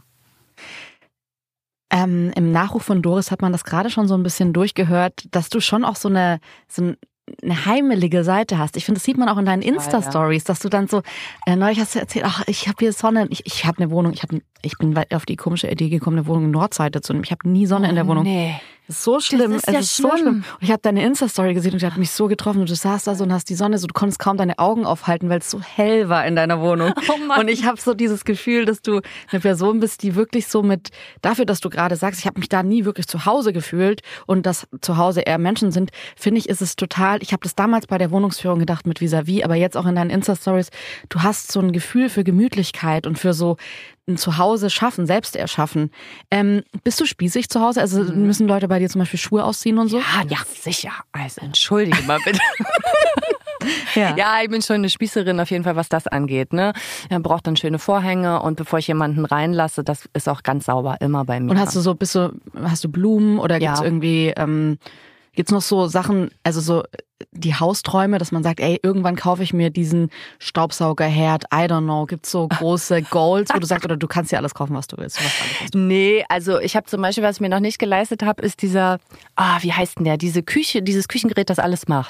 Ähm, Im Nachruf von Doris hat man das gerade schon so ein bisschen durchgehört, dass du schon auch so eine, so eine heimelige Seite hast. Ich finde, das sieht man auch in deinen Insta-Stories, dass du dann so, äh, neulich hast du erzählt, ach, ich habe hier Sonne, ich, ich habe eine Wohnung, ich, hab, ich bin auf die komische Idee gekommen, eine Wohnung in Nordseite zu nehmen. Ich habe nie Sonne oh, in der Wohnung. Nee. Das ist so schlimm, das ist es ja ist schlimm. so schlimm. Und ich habe deine Insta-Story gesehen und die hat mich so getroffen und du saßt da so und hast die Sonne so, du konntest kaum deine Augen aufhalten, weil es so hell war in deiner Wohnung. Oh Mann. Und ich habe so dieses Gefühl, dass du eine Person bist, die wirklich so mit, dafür, dass du gerade sagst, ich habe mich da nie wirklich zu Hause gefühlt und dass zu Hause eher Menschen sind, finde ich, ist es total, ich habe das damals bei der Wohnungsführung gedacht mit Vis-à-vis, aber jetzt auch in deinen Insta-Stories, du hast so ein Gefühl für Gemütlichkeit und für so ein Zuhause schaffen, selbst erschaffen. Ähm, bist du spießig zu Hause? Also müssen Leute bei dir zum Beispiel Schuhe ausziehen und so? Ja, ja, sicher. Also entschuldige mal bitte. ja. ja, ich bin schon eine Spießerin auf jeden Fall, was das angeht. Ne? Man braucht dann schöne Vorhänge und bevor ich jemanden reinlasse, das ist auch ganz sauber, immer bei mir. Und hast du so, bist du, hast du Blumen oder gibt's ja. irgendwie, ähm, gibt's noch so Sachen, also so die Hausträume, dass man sagt, ey, irgendwann kaufe ich mir diesen Staubsaugerherd, I don't know, gibt's so große Goals, wo du sagst, oder du kannst dir alles kaufen, was du willst. Was alles du nee, also ich habe zum Beispiel, was ich mir noch nicht geleistet habe, ist dieser, ah, wie heißt denn der, diese Küche, dieses Küchengerät, das alles macht.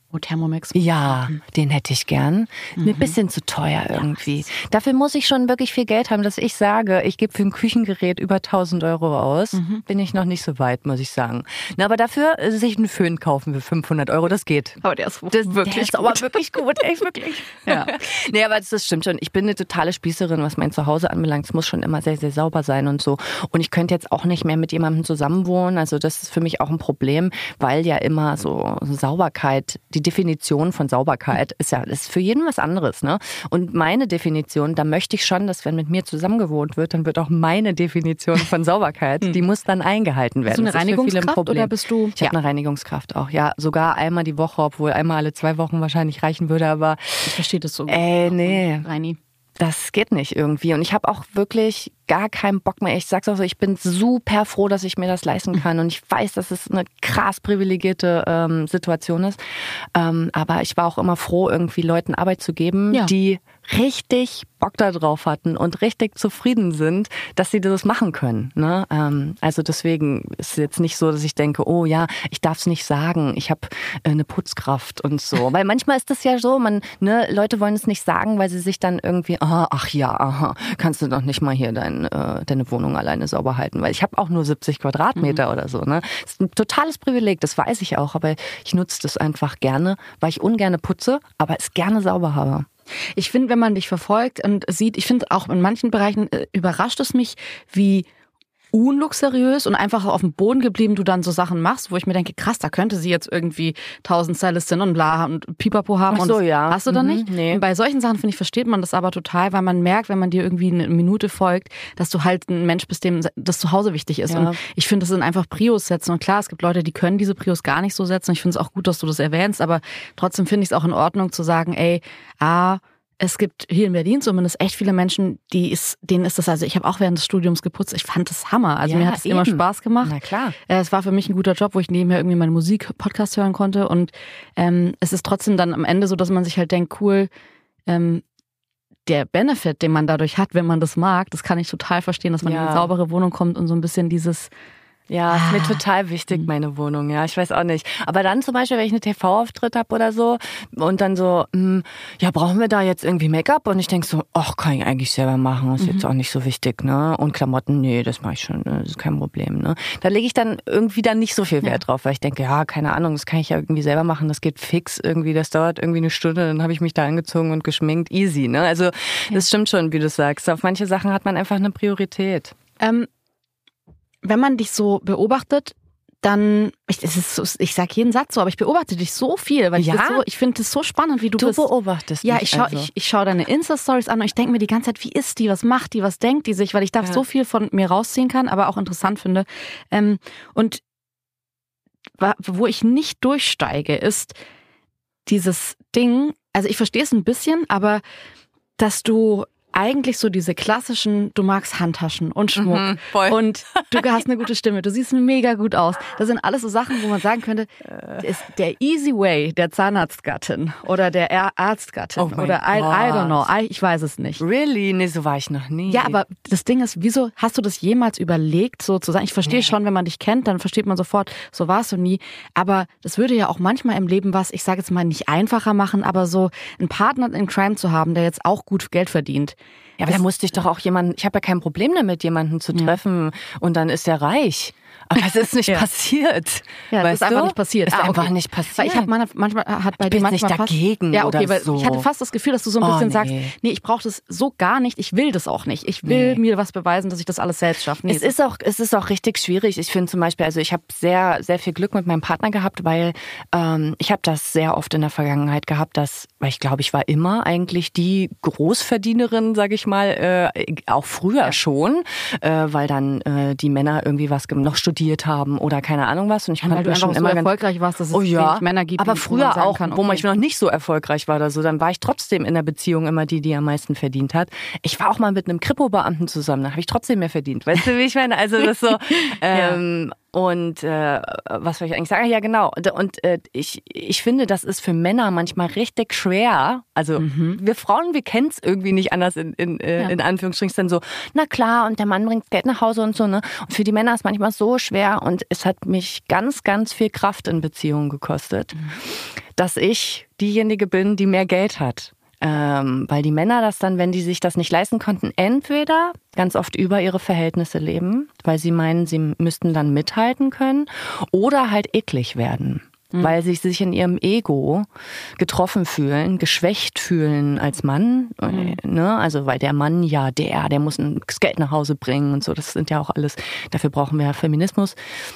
Oh, Thermomix. Ja, den hätte ich gern. Mhm. Mir ein bisschen zu teuer irgendwie. Dafür muss ich schon wirklich viel Geld haben, dass ich sage, ich gebe für ein Küchengerät über tausend Euro aus. Mhm. Bin ich noch nicht so weit, muss ich sagen. Na, aber dafür sich einen Föhn kaufen für fünfhundert Euro, das geht. Aber der ist das, wirklich der ist gut. aber wirklich gut, echt wirklich. Ja. Nee, aber das, das stimmt schon. Ich bin eine totale Spießerin, was mein Zuhause anbelangt. Es muss schon immer sehr, sehr sauber sein und so. Und ich könnte jetzt auch nicht mehr mit jemandem zusammenwohnen. Also das ist für mich auch ein Problem, weil ja immer so Sauberkeit, die Definition von Sauberkeit ist ja ist für jeden was anderes, ne? Und meine Definition, da möchte ich schon, dass wenn mit mir zusammengewohnt wird, dann wird auch meine Definition von Sauberkeit, die muss dann eingehalten werden. Bist du eine Reinigungskraft oder bist du? Ich habe eine Reinigungskraft auch, ja, sogar einmal die Woche, obwohl einmal alle zwei Wochen wahrscheinlich reichen würde, aber ich verstehe das so. Ey, nee. Reini. Das geht nicht irgendwie. Und ich habe auch wirklich gar keinen Bock mehr. Ich sag's auch so, ich bin super froh, dass ich mir das leisten kann. Und ich weiß, dass es eine krass privilegierte ähm, Situation ist. Ähm, aber ich war auch immer froh, irgendwie Leuten Arbeit zu geben, ja. die richtig Bock da drauf hatten und richtig zufrieden sind, dass sie das machen können. Ne? Ähm, also deswegen ist es jetzt nicht so, dass ich denke, oh ja, ich darf es nicht sagen, ich habe äh, eine Putzkraft und so. Weil manchmal ist das ja so, man, ne, Leute wollen es nicht sagen, weil sie sich dann irgendwie, aha, ach ja, aha, kannst du doch nicht mal hier dein, äh, deine Wohnung alleine sauber halten, weil ich habe auch nur siebzig Quadratmeter mhm. oder so. Ne? Das ist ein totales Privileg, das weiß ich auch, aber ich nutze das einfach gerne, weil ich ungerne putze, aber es gerne sauber habe. Ich finde, wenn man dich verfolgt und sieht, ich finde auch in manchen Bereichen äh, überrascht es mich, wie unluxuriös und einfach auf dem Boden geblieben du dann so Sachen machst, wo ich mir denke, krass, da könnte sie jetzt irgendwie tausend Stylistinnen und bla und Pipapo haben. Ach so, und das ja. Hast du dann mhm, nicht? Nee. Und bei solchen Sachen, finde ich, versteht man das aber total, weil man merkt, wenn man dir irgendwie eine Minute folgt, dass du halt ein Mensch bist, dem das Zuhause wichtig ist. Ja. Und ich finde, das sind einfach Prios setzen. Und klar, es gibt Leute, die können diese Prios gar nicht so setzen. Ich finde es auch gut, dass du das erwähnst, aber trotzdem finde ich es auch in Ordnung zu sagen, ey, ah, es gibt hier in Berlin zumindest echt viele Menschen, die ist, denen ist das, also ich habe auch während des Studiums geputzt, ich fand das Hammer. Also ja, mir hat es eben. immer Spaß gemacht. Na klar. Es war für mich ein guter Job, wo ich nebenher irgendwie meine Musik, Podcast hören konnte und ähm, es ist trotzdem dann am Ende so, dass man sich halt denkt, cool, ähm, der Benefit, den man dadurch hat, wenn man das mag, das kann ich total verstehen, dass man ja. in eine saubere Wohnung kommt und so ein bisschen dieses Ja, ist mir total wichtig, meine Wohnung. Ja, ich weiß auch nicht. Aber dann zum Beispiel, wenn ich einen T V-Auftritt habe oder so und dann so, mh, ja, brauchen wir da jetzt irgendwie Make-up? Und ich denke so, ach, kann ich eigentlich selber machen, ist mhm. jetzt auch nicht so wichtig, ne? Und Klamotten, nee, das mache ich schon, das ist kein Problem, ne? Da lege ich dann irgendwie dann nicht so viel Wert ja. drauf, weil ich denke, ja, keine Ahnung, das kann ich ja irgendwie selber machen, das geht fix irgendwie, das dauert irgendwie eine Stunde, dann habe ich mich da angezogen und geschminkt, easy, ne? Also ja. das stimmt schon, wie du sagst. Auf manche Sachen hat man einfach eine Priorität. Ähm, Wenn man dich so beobachtet, dann, ich, es ist so, ich sag jeden Satz so, aber ich beobachte dich so viel, weil ich ja? das so, ich finde es so spannend, wie du, du bist. Du beobachtest ja, mich ich schau, also. ich, ich schaue deine Insta-Stories an und ich denke mir die ganze Zeit, wie ist die, was macht die, was denkt die sich, weil ich da ja. so viel von mir rausziehen kann, aber auch interessant finde. Ähm, und wo ich nicht durchsteige, ist dieses Ding, also ich verstehe es ein bisschen, aber dass du eigentlich so diese klassischen, du magst Handtaschen und Schmuck mhm, voll. Und du hast eine gute Stimme, du siehst mega gut aus. Das sind alles so Sachen, wo man sagen könnte, ist der easy way der Zahnarztgattin oder der Arztgattin oh oder I, I don't know, I, ich weiß es nicht. Really? Nee, so war ich noch nie. Ja, aber das Ding ist, wieso hast du das jemals überlegt, so zu sein? Ich verstehe nee. schon, wenn man dich kennt, dann versteht man sofort, so warst du nie. Aber das würde ja auch manchmal im Leben was, ich sage jetzt mal nicht einfacher machen, aber so einen Partner in Crime zu haben, der jetzt auch gut Geld verdient. Ja, aber da musste ich doch auch jemanden, ich habe ja kein Problem damit, jemanden zu treffen ja. und dann ist er reich. Aber es ist nicht ja. passiert. Ja, das weißt ist einfach du? nicht passiert. Ist ah, einfach okay. nicht passiert. Weil ich habe manchmal hat bei ich dir bin manchmal nicht dagegen fast, ja, okay, oder weil so. Ich hatte fast das Gefühl, dass du so ein bisschen oh, sagst, nee, nee, ich brauche das so gar nicht. Ich will das auch nicht. Ich will nee. mir was beweisen, dass ich das alles selbst schaffe. Nee, es ist auch, es ist auch richtig schwierig. Ich finde zum Beispiel, also ich habe sehr, sehr viel Glück mit meinem Partner gehabt, weil ähm, ich habe das sehr oft in der Vergangenheit gehabt, dass, weil ich glaube, ich war immer eigentlich die Großverdienerin, sage ich mal, äh, auch früher ja. schon, äh, weil dann äh, die Männer irgendwie was noch studiert haben oder keine Ahnung was. Und ich ja, weil du schon einfach immer so erfolgreich warst, dass es oh, ja. wenig Männer gibt. Aber früher wo auch, kann, okay. wo ich noch nicht so erfolgreich war oder so, dann war ich trotzdem in der Beziehung immer die, die am meisten verdient hat. Ich war auch mal mit einem Kripo-Beamten zusammen, da habe ich trotzdem mehr verdient. Weißt du, wie ich meine? Also das so, ähm, Und äh, was soll ich eigentlich sagen? Ja, genau. Und, und äh, ich, ich finde, das ist für Männer manchmal richtig schwer. Also mhm. wir Frauen, wir kennen es irgendwie nicht anders in, in, äh, ja. in Anführungsstrichen. Dann so, na klar, und der Mann bringt Geld nach Hause und so. Ne? Und für die Männer ist manchmal so schwer. Und es hat mich ganz, ganz viel Kraft in Beziehungen gekostet, mhm. dass ich diejenige bin, die mehr Geld hat. Ähm, weil die Männer das dann, wenn die sich das nicht leisten konnten, entweder ganz oft über ihre Verhältnisse leben, weil sie meinen, sie müssten dann mithalten können, oder halt eklig werden, mhm. weil sie sich in ihrem Ego getroffen fühlen, geschwächt fühlen als Mann. Mhm. Ne? Also weil der Mann ja der, der muss das Geld nach Hause bringen und so. Das sind ja auch alles, dafür brauchen wir ja Feminismus.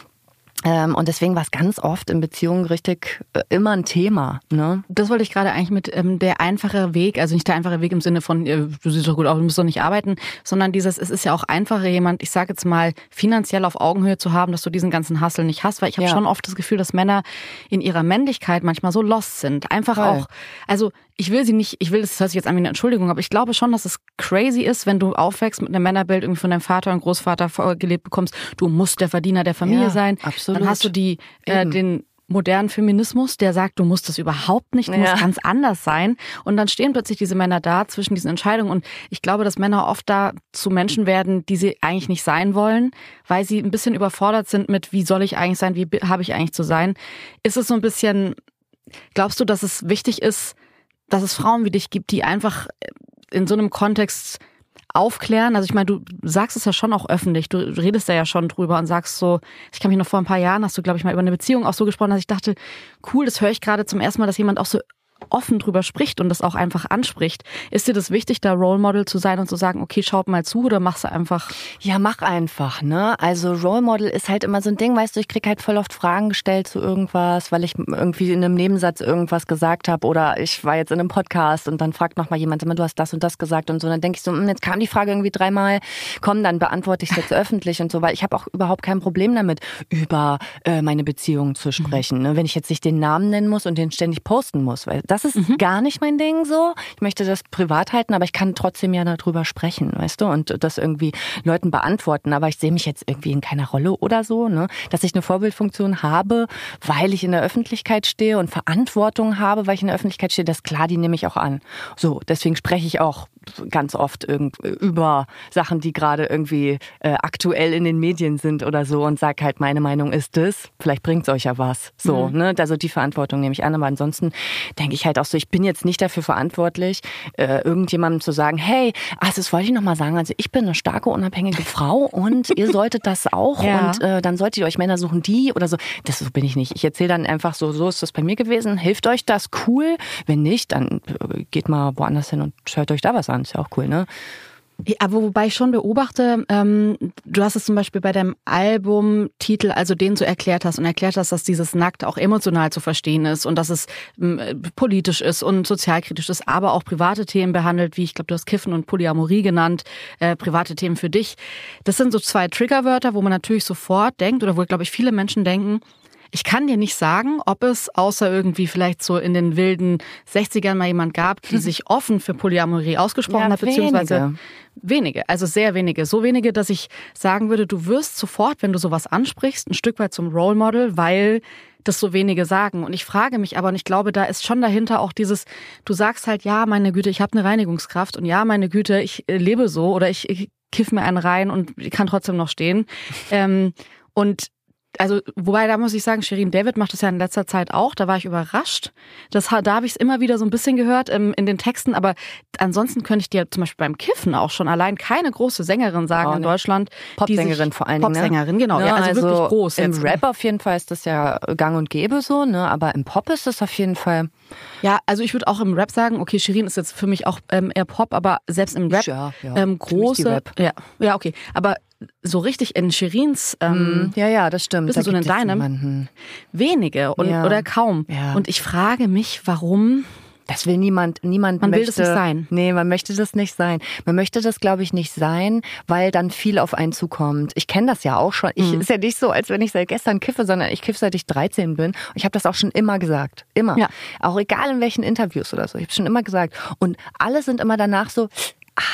Und deswegen war es ganz oft in Beziehungen richtig immer ein Thema. Ne? Das wollte ich gerade eigentlich mit ähm, der einfache Weg, also nicht der einfache Weg im Sinne von, äh, du siehst doch gut aus, du musst doch nicht arbeiten, sondern dieses, es ist ja auch einfacher, jemand, ich sage jetzt mal, finanziell auf Augenhöhe zu haben, dass du diesen ganzen Hustle nicht hast, weil ich habe ja. schon oft das Gefühl, dass Männer in ihrer Männlichkeit manchmal so lost sind. Einfach Voll. auch, also ich will sie nicht, ich will, das hört sich jetzt an wie eine Entschuldigung, aber ich glaube schon, dass es crazy ist, wenn du aufwächst mit einem Männerbild irgendwie von deinem Vater und Großvater vorgelebt bekommst, du musst der Verdiener der Familie ja, sein. Absolut. Dann hast du die, äh, den modernen Feminismus, der sagt, du musst das überhaupt nicht, du ja. musst ganz anders sein. Und dann stehen plötzlich diese Männer da zwischen diesen Entscheidungen. Und ich glaube, dass Männer oft da zu Menschen werden, die sie eigentlich nicht sein wollen, weil sie ein bisschen überfordert sind mit, wie soll ich eigentlich sein, wie habe ich eigentlich zu sein. Ist es so ein bisschen, glaubst du, dass es wichtig ist, dass es Frauen wie dich gibt, die einfach in so einem Kontext aufklären? Also ich meine, du sagst es ja schon auch öffentlich, du redest da ja schon drüber und sagst so, ich kann mich noch vor ein paar Jahren, hast du glaube ich mal über eine Beziehung auch so gesprochen, dass ich dachte, cool, das höre ich gerade zum ersten Mal, dass jemand auch so offen drüber spricht und das auch einfach anspricht. Ist dir das wichtig, da Role Model zu sein und zu sagen, okay, schaut mal zu, oder machst du einfach? Ja, mach einfach, ne? Also Role Model ist halt immer so ein Ding, weißt du, ich krieg halt voll oft Fragen gestellt zu irgendwas, weil ich irgendwie in einem Nebensatz irgendwas gesagt habe, oder ich war jetzt in einem Podcast und dann fragt nochmal jemand, du hast das und das gesagt und so. Und dann denke ich so, jetzt kam die Frage irgendwie dreimal, komm, dann beantworte ich es jetzt öffentlich und so, weil ich habe auch überhaupt kein Problem damit, über äh, meine Beziehung zu sprechen. Mhm. Ne? Wenn ich jetzt nicht den Namen nennen muss und den ständig posten muss, weil das ist mhm. gar nicht mein Ding so. Ich möchte das privat halten, aber ich kann trotzdem ja darüber sprechen, weißt du, und das irgendwie Leuten beantworten. Aber ich sehe mich jetzt irgendwie in keiner Rolle oder so, ne? Dass ich eine Vorbildfunktion habe, weil ich in der Öffentlichkeit stehe und Verantwortung habe, weil ich in der Öffentlichkeit stehe, das ist klar, die nehme ich auch an. So, deswegen spreche ich auch ganz oft irgend, über Sachen, die gerade irgendwie äh, aktuell in den Medien sind oder so, und sag halt, meine Meinung ist das, vielleicht bringt's euch ja was. So, mhm. ne? Also die Verantwortung nehme ich an, aber ansonsten denke ich halt auch so, ich bin jetzt nicht dafür verantwortlich, äh, irgendjemandem zu sagen, hey, also das wollte ich noch mal sagen, also ich bin eine starke, unabhängige Frau und ihr solltet das auch ja. und äh, dann solltet ihr euch Männer suchen, die oder so. Das so bin ich nicht. Ich erzähle dann einfach so, so ist das bei mir gewesen, hilft euch das, cool. Wenn nicht, dann äh, geht mal woanders hin und hört euch da was an. Ist ja auch cool, ne? Ja, aber wobei ich schon beobachte, ähm, du hast es zum Beispiel bei deinem Albumtitel, also den so erklärt hast und erklärt hast, dass dieses Nackt auch emotional zu verstehen ist und dass es ähm, politisch ist und sozialkritisch ist, aber auch private Themen behandelt, wie ich glaube, du hast Kiffen und Polyamorie genannt, äh, private Themen für dich. Das sind so zwei Triggerwörter, wo man natürlich sofort denkt, oder wo, glaube ich, viele Menschen denken, ich kann dir nicht sagen, ob es außer irgendwie vielleicht so in den wilden sechzigern mal jemand gab, die sich offen für Polyamorie ausgesprochen ja, hat, beziehungsweise wenige. wenige, also sehr wenige. So wenige, dass ich sagen würde, du wirst sofort, wenn du sowas ansprichst, ein Stück weit zum Role Model, weil das so wenige sagen. Und ich frage mich aber, und ich glaube, da ist schon dahinter auch dieses, du sagst halt, ja, meine Güte, ich habe eine Reinigungskraft und ja, meine Güte, ich lebe so oder ich, ich kiff mir einen rein und ich kann trotzdem noch stehen. ähm, und Also, wobei, da muss ich sagen, Shirin David macht das ja in letzter Zeit auch. Da war ich überrascht. Das, da habe ich es immer wieder so ein bisschen gehört ähm, in den Texten. Aber ansonsten könnte ich dir zum Beispiel beim Kiffen auch schon allein keine große Sängerin sagen oh, in Deutschland. Popsängerin sich, vor allen Dingen. Popsängerin, genau. Ja, ja, also, also wirklich groß. Im jetzt. Rap auf jeden Fall ist das ja gang und gäbe so, ne? Aber im Pop ist das auf jeden Fall. Ja, also ich würde auch im Rap sagen, okay, Shirin ist jetzt für mich auch ähm, eher Pop, aber selbst im Rap, ja, ja. Ähm, große. Rap. Ja, ja, okay. Aber so richtig in Shirins ähm, ja, ja, das stimmt. Bisschen da so in deinem jemanden. wenige und, ja. oder kaum. Ja. Und ich frage mich, warum. Das will niemand, niemand man möchte. will das nicht sein. Nee, man möchte das nicht sein. Man möchte das, glaube ich, nicht sein, weil dann viel auf einen zukommt. Ich kenne das ja auch schon. Ich, mhm. ist ja nicht so, als wenn ich seit gestern kiffe, sondern ich kiffe, seit ich dreizehn bin. Und ich habe das auch schon immer gesagt. Immer. Ja. Auch egal in welchen Interviews oder so. Ich habe schon immer gesagt. Und alle sind immer danach so, ah,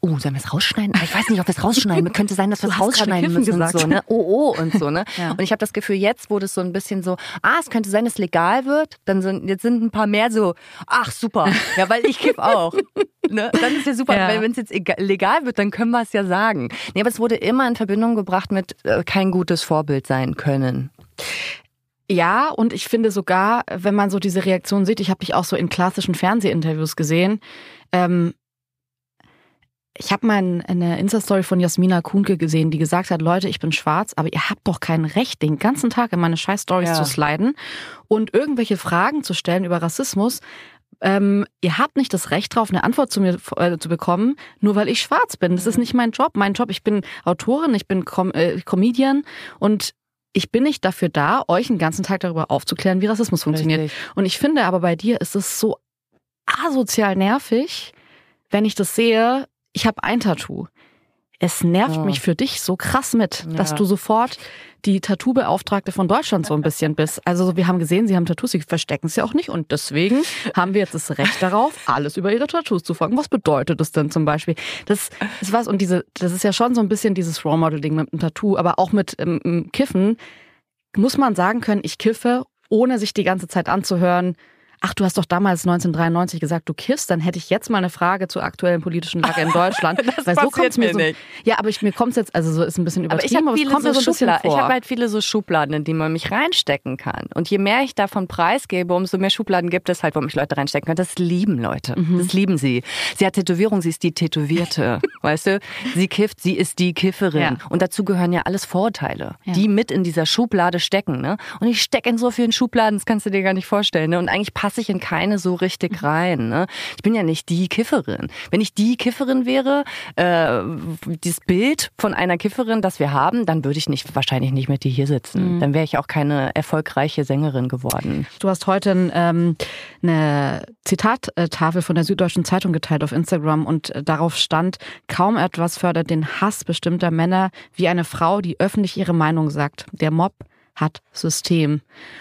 oh, sollen wir es rausschneiden? Aber ich weiß nicht, ob wir es rausschneiden. Könnte sein, dass wir es rausschneiden müssen gesagt. und so, ne? Oh, oh und so, ne? Ja. Und ich habe das Gefühl, jetzt wurde es so ein bisschen so, ah, es könnte sein, dass es legal wird. Dann sind, jetzt sind ein paar mehr so, ach super, ja, weil ich kiff auch. Ne? Dann ist ja super, Ja. weil wenn es jetzt legal wird, dann können wir es ja sagen. Nee, aber es wurde immer in Verbindung gebracht mit äh, kein gutes Vorbild sein können. Ja, und ich finde sogar, wenn man so diese Reaktion sieht, ich habe dich auch so in klassischen Fernsehinterviews gesehen, ähm, ich habe mal eine Insta-Story von Jasmina Kuhnke gesehen, die gesagt hat, Leute, ich bin schwarz, aber ihr habt doch kein Recht, den ganzen Tag in meine Scheiß-Stories Ja. zu sliden und irgendwelche Fragen zu stellen über Rassismus. Ähm, ihr habt nicht das Recht drauf, eine Antwort zu mir äh, zu bekommen, nur weil ich schwarz bin. Das ist nicht mein Job. Mein Job, ich bin Autorin, ich bin Com- äh, Comedian und ich bin nicht dafür da, euch den ganzen Tag darüber aufzuklären, wie Rassismus funktioniert. Richtig. Und ich finde aber bei dir ist es so asozial nervig, wenn ich das sehe, ich habe ein Tattoo. Es nervt Ja. mich für dich so krass mit, Ja. dass du sofort die Tattoo-Beauftragte von Deutschland so ein bisschen bist. Also wir haben gesehen, sie haben Tattoos, sie verstecken es ja auch nicht und deswegen haben wir jetzt das Recht darauf, alles über ihre Tattoos zu fragen. Was bedeutet das denn zum Beispiel? Das ist was und diese, das ist ja schon so ein bisschen dieses Role-Model-Ding mit dem Tattoo, aber auch mit ähm, Kiffen muss man sagen können, ich kiffe, ohne sich die ganze Zeit anzuhören, ach, du hast doch damals neunzehnhundertdreiundneunzig gesagt, du kiffst, dann hätte ich jetzt mal eine Frage zur aktuellen politischen Lage in Deutschland. Das Weil so passiert kommt's mir mir so, nicht. Ja, aber ich, mir kommt es jetzt, also so ist ein bisschen Aber ich übertrieben, habe aber, viele es kommt so mir so ein bisschen Schubladen. vor. Ich habe halt viele so Schubladen, in die man mich reinstecken kann. Und je mehr ich davon preisgebe, umso mehr Schubladen gibt es halt, wo mich Leute reinstecken können. Das lieben Leute. Mhm. Das lieben sie. Sie hat Tätowierung, sie ist die Tätowierte. Weißt du? Sie kifft, sie ist die Kifferin. Ja. Und dazu gehören ja alles Vorurteile, Ja. die mit in dieser Schublade stecken. Ne? Und ich stecke in so vielen Schubladen, das kannst du dir gar nicht vorstellen. Ne? Und eigentlich passe ich in keine so richtig rein. Ne? Ich bin ja nicht die Kifferin. Wenn ich die Kifferin wäre, äh, dieses Bild von einer Kifferin, das wir haben, dann würde ich nicht wahrscheinlich nicht mit dir hier sitzen. Mhm. Dann wäre ich auch keine erfolgreiche Sängerin geworden. Du hast heute ähm, eine Zitattafel von der Süddeutschen Zeitung geteilt auf Instagram und darauf stand, kaum etwas fördert den Hass bestimmter Männer wie eine Frau, die öffentlich ihre Meinung sagt. Der Mob hat System.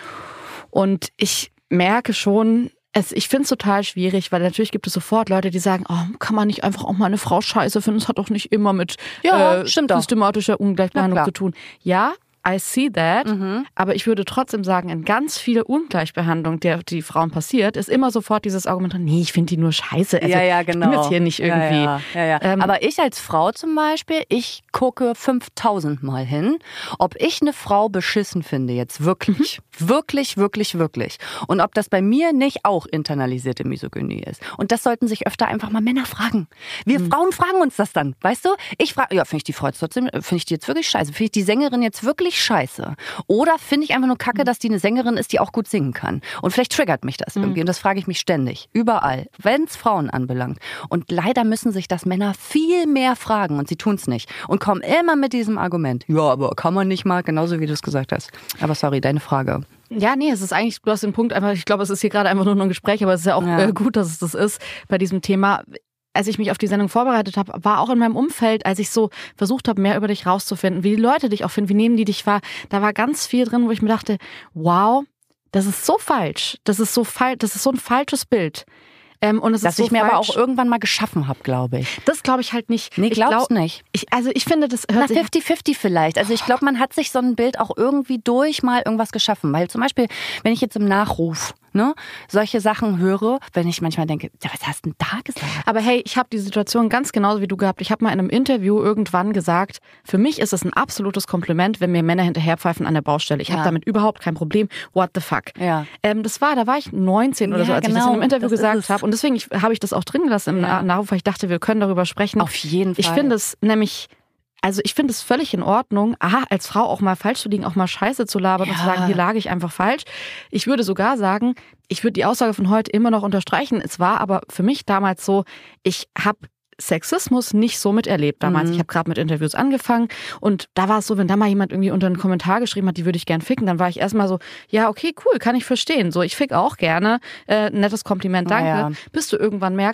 Und ich merke schon, Es, ich finde es total schwierig, weil natürlich gibt es sofort Leute, die sagen, oh, kann man nicht einfach auch mal eine Frau scheiße finden? Das hat doch nicht immer mit ja, äh, stimmt systematischer Ungleichbehandlung zu tun. Ja, I see that, Mhm. aber ich würde trotzdem sagen, in ganz viel Ungleichbehandlung, der die Frauen passiert, ist immer sofort dieses Argument, nee, ich finde die nur scheiße. Also, ja, ja, genau. Ich bin jetzt hier nicht irgendwie. Ja, ja, ja, ja. Ähm, Aber ich als Frau zum Beispiel, ich gucke fünftausend Mal hin, ob ich eine Frau beschissen finde jetzt wirklich. Mhm. Wirklich, wirklich, wirklich. Und ob das bei mir nicht auch internalisierte Misogynie ist. Und das sollten sich öfter einfach mal Männer fragen. Wir Mhm. Frauen fragen uns das dann, weißt du? Ich frage, ja, finde ich die Frau jetzt trotzdem, finde ich die jetzt wirklich scheiße? Finde ich die Sängerin jetzt wirklich scheiße? Oder finde ich einfach nur kacke, dass die eine Sängerin ist, die auch gut singen kann? Und vielleicht triggert mich das irgendwie. Und das frage ich mich ständig. Überall. Wenn es Frauen anbelangt. Und leider müssen sich das Männer viel mehr fragen. Und sie tun es nicht. Und kommen immer mit diesem Argument. Ja, aber kann man nicht mal, genauso wie du es gesagt hast. Aber sorry, deine Frage. Ja, nee, es ist eigentlich, du hast den Punkt einfach, ich glaube, es ist hier gerade einfach nur noch ein Gespräch, aber es ist ja auch Ja. Äh, gut, dass es das ist bei diesem Thema. Als ich mich auf die Sendung vorbereitet habe, war auch in meinem Umfeld, als ich so versucht habe, mehr über dich rauszufinden, wie die Leute dich auch finden, wie nehmen die dich wahr, da war ganz viel drin, wo ich mir dachte, wow, das ist so falsch, das ist so falsch, das ist so ein falsches Bild. Ähm, und es Dass ist so ich mir falsch. aber auch irgendwann mal geschaffen habe, glaube ich. Das glaube ich halt nicht. Nee, ich glaubst glaub, nicht. Ich, also ich finde, das Na, hört sich... fifty fifty vielleicht. Also ich glaube, man hat sich so ein Bild auch irgendwie durch mal irgendwas geschaffen. Weil zum Beispiel, wenn ich jetzt im Nachruf ne, solche Sachen höre, wenn ich manchmal denke, ja, was hast du denn da gesagt? Aber hey, ich habe die Situation ganz genauso wie du gehabt. Ich habe mal in einem Interview irgendwann gesagt, für mich ist es ein absolutes Kompliment, wenn mir Männer hinterherpfeifen an der Baustelle. Ich Ja. habe damit überhaupt kein Problem. What the fuck? Ja. Ähm, das war, da war ich neunzehn oder Ja, so, als ich das genau. in einem Interview Das ist gesagt es. habe. Und deswegen habe ich das auch drin gelassen im Ja. Nachruf, weil ich dachte, wir können darüber sprechen. Auf jeden Fall. Ich finde es nämlich... Also ich finde es völlig in Ordnung, aha, als Frau auch mal falsch zu liegen, auch mal Scheiße zu labern Ja. und zu sagen, hier lag ich einfach falsch. Ich würde sogar sagen, ich würde die Aussage von heute immer noch unterstreichen. Es war aber für mich damals so, ich habe Sexismus nicht so miterlebt damals. Mhm. Ich habe gerade mit Interviews angefangen und da war es so, wenn da mal jemand irgendwie unter einen Kommentar geschrieben hat, die würde ich gern ficken, dann war ich erstmal so, ja, okay, cool, kann ich verstehen. So, ich fick auch gerne, äh, nettes Kompliment, danke. Ja. Bis du irgendwann merkst,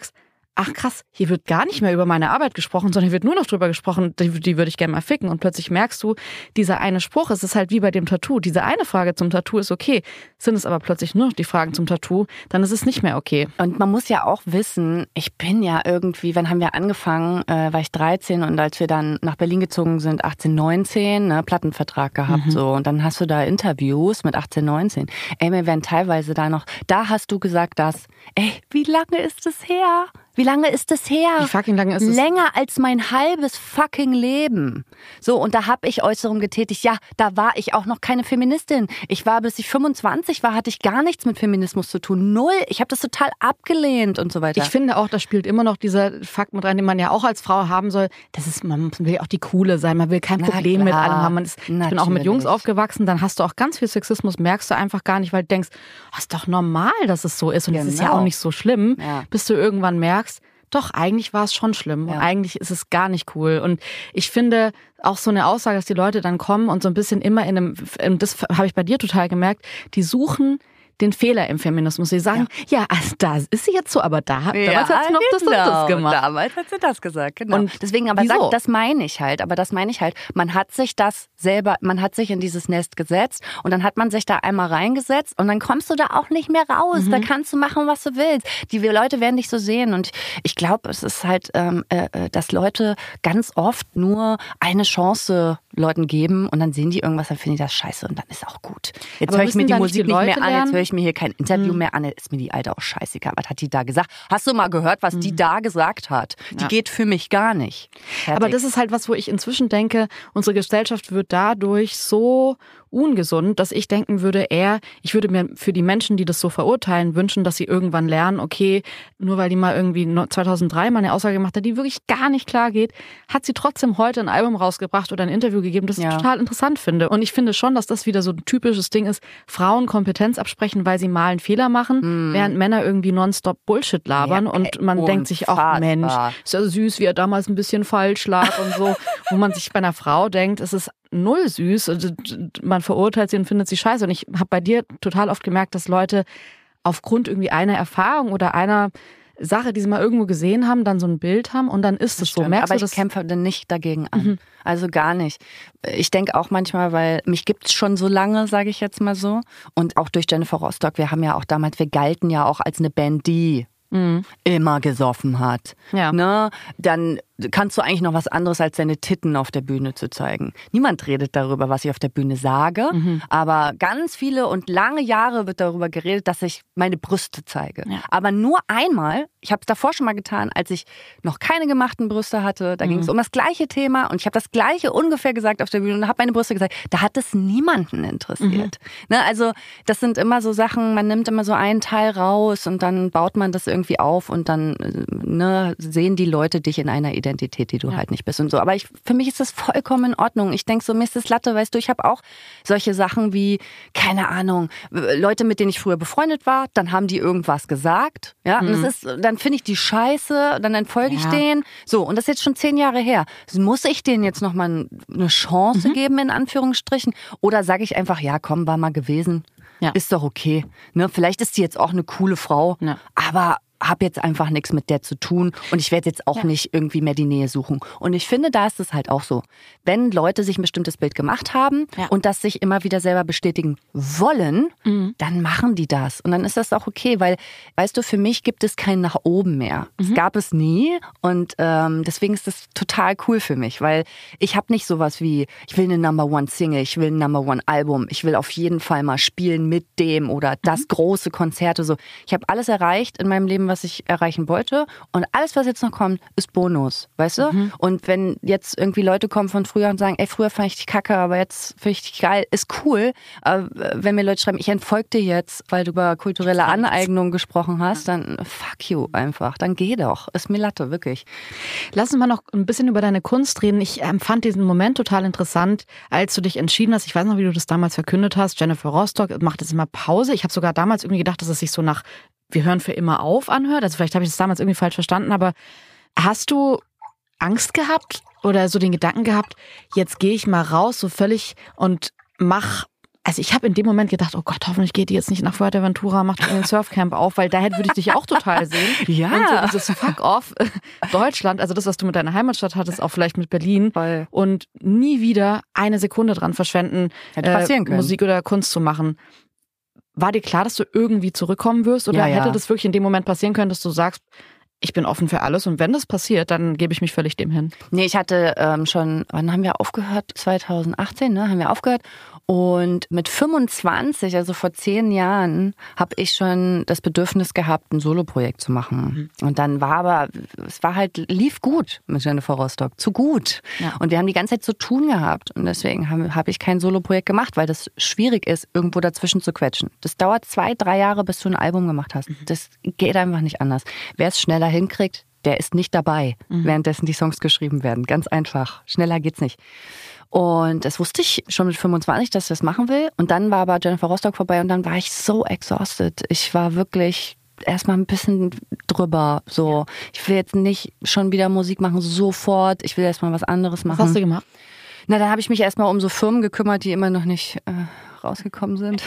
ach krass, hier wird gar nicht mehr über meine Arbeit gesprochen, sondern hier wird nur noch drüber gesprochen, die, die würde ich gerne mal ficken. Und plötzlich merkst du, dieser eine Spruch, es ist halt wie bei dem Tattoo. Diese eine Frage zum Tattoo ist okay. Sind es aber plötzlich nur noch die Fragen zum Tattoo, dann ist es nicht mehr okay. Und man muss ja auch wissen, ich bin ja irgendwie, wann haben wir angefangen, äh, war ich dreizehn und als wir dann nach Berlin gezogen sind, achtzehn, neunzehn, ne, Plattenvertrag gehabt, mhm. so. Und dann hast du da Interviews mit achtzehn, neunzehn. Ey, mir werden teilweise da noch, da hast du gesagt, dass, ey, wie lange ist es her? Wie lange ist es her? Wie fucking lange ist es? Länger als mein halbes fucking Leben. So, und da habe ich Äußerungen getätigt. Ja, da war ich auch noch keine Feministin. Ich war, bis ich fünfundzwanzig war, hatte ich gar nichts mit Feminismus zu tun. Null. Ich habe das total abgelehnt und so weiter. Ich finde auch, da spielt immer noch dieser Fakt mit rein, den man ja auch als Frau haben soll. Das ist, man will ja auch die Coole sein. Man will kein Problem mit allem haben. Man ist, ich bin auch mit Jungs aufgewachsen. Dann hast du auch ganz viel Sexismus, merkst du einfach gar nicht, weil du denkst, das ist doch normal, dass es so ist. Und es genau. ist ja auch nicht so schlimm, ja. bis du irgendwann merkst, doch, eigentlich war es schon schlimm. Ja. Und eigentlich ist es gar nicht cool. Und ich finde auch so eine Aussage, dass die Leute dann kommen und so ein bisschen immer in einem, das habe ich bei dir total gemerkt, die suchen den Fehler im Feminismus. Sie sagen, ja, ja also da ist sie jetzt so, aber da, ja, damals hat sie noch genau. das und das gemacht. Damals hat sie das gesagt, genau. Und deswegen, aber sag, das meine ich halt, aber das meine ich halt, man hat sich das selber, man hat sich in dieses Nest gesetzt und dann hat man sich da einmal reingesetzt und dann kommst du da auch nicht mehr raus. Mhm. Da kannst du machen, was du willst. Die Leute werden dich so sehen und ich glaube, es ist halt, ähm, äh, dass Leute ganz oft nur eine Chance Leuten geben und dann sehen die irgendwas, dann finden die das scheiße und dann ist auch gut. Jetzt höre ich mir die Musik nicht mehr an, jetzt höre ich mir hier kein Interview mhm. mehr an, jetzt ist mir die Alte auch scheißegal. Was hat die da gesagt? Hast du mal gehört, was mhm. die da gesagt hat? Die ja. geht für mich gar nicht. Fertig. Aber das ist halt was, wo ich inzwischen denke, unsere Gesellschaft wird dadurch so ungesund, dass ich denken würde, eher, ich würde mir für die Menschen, die das so verurteilen, wünschen, dass sie irgendwann lernen, okay, nur weil die mal irgendwie zweitausenddrei mal eine Aussage gemacht hat, die wirklich gar nicht klar geht, hat sie trotzdem heute ein Album rausgebracht oder ein Interview gegeben, das ja. ich total interessant finde. Und ich finde schon, dass das wieder so ein typisches Ding ist, Frauen Kompetenz absprechen, weil sie mal einen Fehler machen, mm. während Männer irgendwie nonstop Bullshit labern ja, und man unfassbar. denkt sich auch, Mensch, ist ja süß, wie er damals ein bisschen falsch lag und so, wo man sich bei einer Frau denkt, es ist null süß, man verurteilt sie und findet sie scheiße. Und ich habe bei dir total oft gemerkt, dass Leute aufgrund irgendwie einer Erfahrung oder einer Sache, die sie mal irgendwo gesehen haben, dann so ein Bild haben und dann ist es so. Merkst Aber du das? Ich kämpfe dann nicht dagegen an. Mhm. Also gar nicht. Ich denke auch manchmal, weil mich gibt's schon so lange, sage ich jetzt mal so. Und auch durch Jennifer Rostock, wir haben ja auch damals, wir galten ja auch als eine Band, die mhm. immer gesoffen hat. Ja. Ne? Dann kannst du eigentlich noch was anderes, als deine Titten auf der Bühne zu zeigen. Niemand redet darüber, was ich auf der Bühne sage, mhm. aber ganz viele und lange Jahre wird darüber geredet, dass ich meine Brüste zeige. Ja. Aber nur einmal, ich habe es davor schon mal getan, als ich noch keine gemachten Brüste hatte, da mhm. ging es um das gleiche Thema und ich habe das gleiche ungefähr gesagt auf der Bühne und habe meine Brüste gesagt, da hat es niemanden interessiert. Mhm. Ne, also das sind immer so Sachen, man nimmt immer so einen Teil raus und dann baut man das irgendwie auf und dann ne, sehen die Leute dich in einer Identität. Identität, die du ja. halt nicht bist und so. Aber ich, für mich ist das vollkommen in Ordnung. Ich denke so, mir ist das Latte, weißt du, ich habe auch solche Sachen wie, keine Ahnung, Leute, mit denen ich früher befreundet war, dann haben die irgendwas gesagt, ja, mhm. und das ist, dann finde ich die scheiße, dann entfolge ja. ich denen. So, und das ist jetzt schon zehn Jahre her. Muss ich denen jetzt nochmal eine Chance mhm. geben, in Anführungsstrichen? Oder sage ich einfach, ja, komm, war mal gewesen. Ja. Ist doch okay. Ne? Vielleicht ist die jetzt auch eine coole Frau, ja. aber habe jetzt einfach nichts mit der zu tun und ich werde jetzt auch ja. nicht irgendwie mehr die Nähe suchen. Und ich finde, da ist es halt auch so. Wenn Leute sich ein bestimmtes Bild gemacht haben ja. und das sich immer wieder selber bestätigen wollen, mhm. dann machen die das. Und dann ist das auch okay, weil, weißt du, für mich gibt es kein nach oben mehr. Mhm. Es gab es nie und ähm, deswegen ist das total cool für mich, weil ich habe nicht sowas wie, ich will eine Number One Single, ich will ein Number One Album, ich will auf jeden Fall mal spielen mit dem oder das mhm. große Konzerte. So. Ich habe alles erreicht in meinem Leben, was ich erreichen wollte. Und alles, was jetzt noch kommt, ist Bonus, weißt du? Mhm. Und wenn jetzt irgendwie Leute kommen von früher und sagen, ey, früher fand ich dich kacke, aber jetzt finde ich dich geil, ist cool. Aber wenn mir Leute schreiben, ich entfolge dir jetzt, weil du über kulturelle Aneignung gesprochen hast, dann fuck you einfach. Dann geh doch. Ist mir Latte, wirklich. Lass uns mal noch ein bisschen über deine Kunst reden. Ich empfand diesen Moment total interessant, als du dich entschieden hast, ich weiß noch, wie du das damals verkündet hast, Jennifer Rostock macht jetzt immer Pause. Ich habe sogar damals irgendwie gedacht, dass es sich so nach wir hören für immer auf anhört. Also vielleicht habe ich das damals irgendwie falsch verstanden, aber hast du Angst gehabt oder so den Gedanken gehabt, jetzt gehe ich mal raus so völlig und mach Also ich habe in dem Moment gedacht, oh Gott, hoffentlich geht die jetzt nicht nach Fuerteventura, macht ein Surfcamp auf, weil da würde ich dich auch total sehen. Ja. Und so dieses Fuck-off Deutschland, also das, was du mit deiner Heimatstadt hattest, auch vielleicht mit Berlin. Voll. Und nie wieder eine Sekunde dran verschwenden, Hätte passieren können. Musik oder Kunst zu machen. War dir klar, dass du irgendwie zurückkommen wirst? Oder Ja, ja. hätte das wirklich in dem Moment passieren können, dass du sagst, ich bin offen für alles und wenn das passiert, dann gebe ich mich völlig dem hin? Nee, ich hatte ähm, schon, wann haben wir aufgehört? zwanzig achtzehn, ne, haben wir aufgehört. Und mit fünfundzwanzig, also vor zehn Jahren, habe ich schon das Bedürfnis gehabt, ein Soloprojekt zu machen. Mhm. Und dann war aber, es war halt, lief gut mit Jennifer Rostock, zu gut. Ja. Und wir haben die ganze Zeit zu tun gehabt. Und deswegen habe hab ich kein Soloprojekt gemacht, weil das schwierig ist, irgendwo dazwischen zu quetschen. Das dauert zwei, drei Jahre, bis du ein Album gemacht hast. Mhm. Das geht einfach nicht anders. Wer es schneller hinkriegt, der ist nicht dabei, mhm. währenddessen die Songs geschrieben werden. Ganz einfach. Schneller geht's nicht. Und das wusste ich schon mit fünfundzwanzig, dass ich das machen will. Und dann war aber Jennifer Rostock vorbei und dann war ich so exhausted. Ich war wirklich erstmal ein bisschen drüber. So, ich will jetzt nicht schon wieder Musik machen, sofort. Ich will erstmal was anderes machen. Was hast du gemacht? Na, dann habe ich mich erstmal um so Firmen gekümmert, die immer noch nicht äh, rausgekommen sind.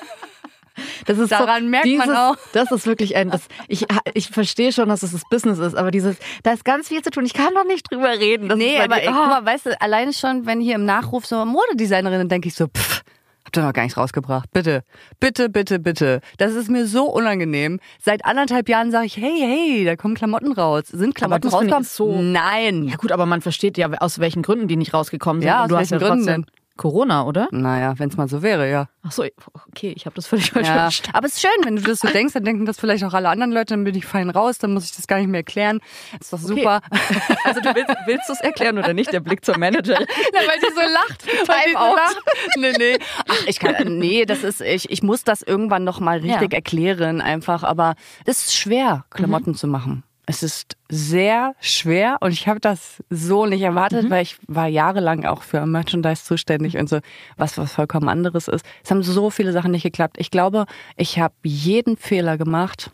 Das ist Daran so, merkt dieses, man auch. Das ist wirklich ein, das, ich, ich verstehe schon, dass es das Business ist, aber dieses, da ist ganz viel zu tun. Ich kann noch nicht drüber reden. Das nee, ist aber die, oh. guck mal, weißt du, alleine schon, wenn hier im Nachruf so Modedesignerin, dann denke ich so, pff, habt ihr noch gar nichts rausgebracht. Bitte, bitte, bitte, bitte. Das ist mir so unangenehm. Seit anderthalb Jahren sage ich, hey, hey, da kommen Klamotten raus. Sind Klamotten aber rausgekommen? So, Nein. Ja gut, aber man versteht ja, aus welchen Gründen die nicht rausgekommen sind. Ja, und aus du hast welchen ja Gründen trotzdem denn? Corona, oder? Naja, wenn es mal so wäre, ja. Ach so, okay, ich habe das völlig falsch Ja, verstanden. aber es ist schön, wenn du das so denkst, dann denken das vielleicht auch alle anderen Leute, dann bin ich fein raus, dann muss ich das gar nicht mehr erklären. Ist doch super. Okay. Also du willst, willst du es erklären oder nicht? Der Blick zur Managerin. Na, weil sie so lacht. Weil sie so lacht. Nee, nee. Ach, ich kann, nee, das ist, ich, ich muss das irgendwann noch mal richtig ja. erklären einfach, aber das ist schwer, Klamotten mhm. zu machen. Es ist sehr schwer und ich habe das so nicht erwartet, mhm. weil ich war jahrelang auch für Merchandise zuständig und so, was was vollkommen anderes ist. Es haben so viele Sachen nicht geklappt. Ich glaube, ich habe jeden Fehler gemacht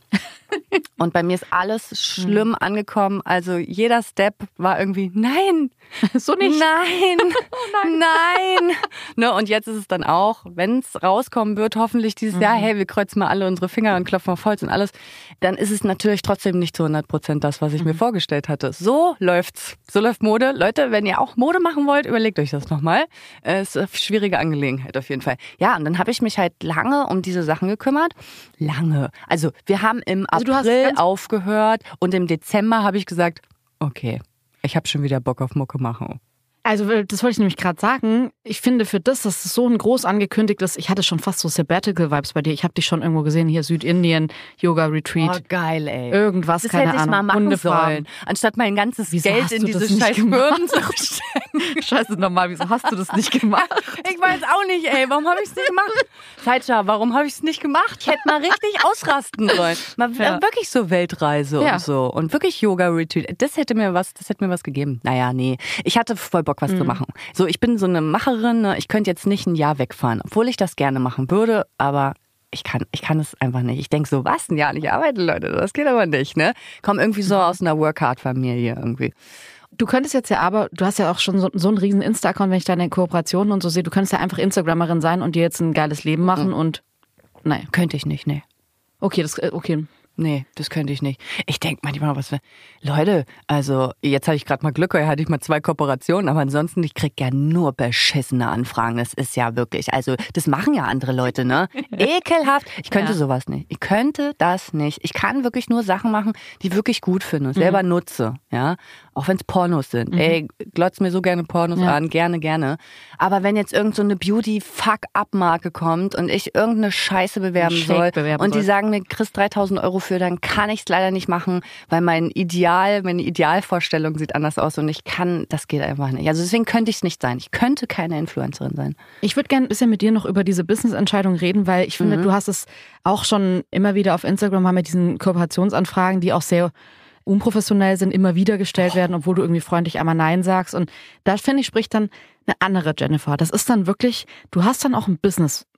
und bei mir ist alles schlimm mhm. angekommen. Also jeder Step war irgendwie, nein, so nicht. Nein, oh nein, nein. Ne, und jetzt ist es dann auch, wenn es rauskommen wird, hoffentlich dieses mhm. Jahr, hey, wir kreuzen mal alle unsere Finger und klopfen auf Holz und alles, dann ist es natürlich trotzdem nicht zu hundert Prozent das, was ich mir vorgestellt hatte. So läuft's. So läuft Mode. Leute, wenn ihr auch Mode machen wollt, überlegt euch das nochmal. Es ist eine schwierige Angelegenheit auf jeden Fall. Ja, und dann habe ich mich halt lange um diese Sachen gekümmert. Lange. Also wir haben im also April aufgehört und im Dezember habe ich gesagt, okay, ich habe schon wieder Bock auf Mucke machen. Also das wollte ich nämlich gerade sagen. Ich finde für das, das ist so ein groß angekündigtes, ich hatte schon fast so Sabbatical-Vibes bei dir. Ich habe dich schon irgendwo gesehen, hier Südindien, Yoga-Retreat. Oh, geil, ey. Irgendwas, das keine hätte ich Ahnung. mal machen sollen. Anstatt mein ganzes wieso Geld in diese scheiß Firmen zu stecken. Scheiße, nochmal, wieso hast du das nicht gemacht? Ich weiß auch nicht, ey. Warum habe ich es nicht gemacht? Zeitscha, warum habe ich es nicht gemacht? Ich hätte mal richtig ausrasten sollen. Mal ja. wirklich so Weltreise ja. und so. Und wirklich Yoga-Retreat. Das hätte mir was, das hätte mir was gegeben. Naja, nee. Ich hatte voll Bock, was mhm. zu machen. So, ich bin so eine Macherin, ne? Ich könnte jetzt nicht ein Jahr wegfahren, obwohl ich das gerne machen würde, aber ich kann, ich kann es einfach nicht. Ich denke so, was, ein Jahr nicht arbeiten, Leute, das geht aber nicht, ne? Komm irgendwie so aus einer Work-Hard-Familie irgendwie. Du könntest jetzt ja aber, du hast ja auch schon so, so einen riesen Insta-Account, wenn ich deine Kooperationen und so sehe, du könntest ja einfach Instagrammerin sein und dir jetzt ein geiles Leben machen mhm. und, nein. Könnte ich nicht, nee. Okay, das, okay. Nee, das könnte ich nicht. Ich denke manchmal, was für... Leute, also jetzt habe ich gerade mal Glück, hatte ich mal zwei Kooperationen, aber ansonsten, ich krieg ja nur beschissene Anfragen. Das ist ja wirklich, also das machen ja andere Leute, ne? Ekelhaft. Ich könnte ja. sowas nicht. Ich könnte das nicht. Ich kann wirklich nur Sachen machen, die ich wirklich gut finde und selber mhm. nutze, ja? Auch wenn es Pornos sind. Mhm. Ey, glotz mir so gerne Pornos ja. an, gerne, gerne. Aber wenn jetzt irgend so eine Beauty-Fuck-Up-Marke kommt und ich irgendeine Scheiße bewerben soll bewerben und soll. Die sagen mir, kriegst dreitausend Euro für, dann kann ich es leider nicht machen, weil mein Ideal, meine Idealvorstellung sieht anders aus und ich kann, das geht einfach nicht. Also deswegen könnte ich es nicht sein. Ich könnte keine Influencerin sein. Ich würde gerne ein bisschen mit dir noch über diese Business-Entscheidung reden, weil ich finde, mhm. du hast es auch schon immer wieder auf Instagram, haben wir diesen Kooperationsanfragen, die auch sehr unprofessionell sind, immer wieder gestellt werden, obwohl du irgendwie freundlich einmal Nein sagst. Und da, finde ich, spricht dann eine andere Jennifer. Das ist dann wirklich, du hast dann auch ein Business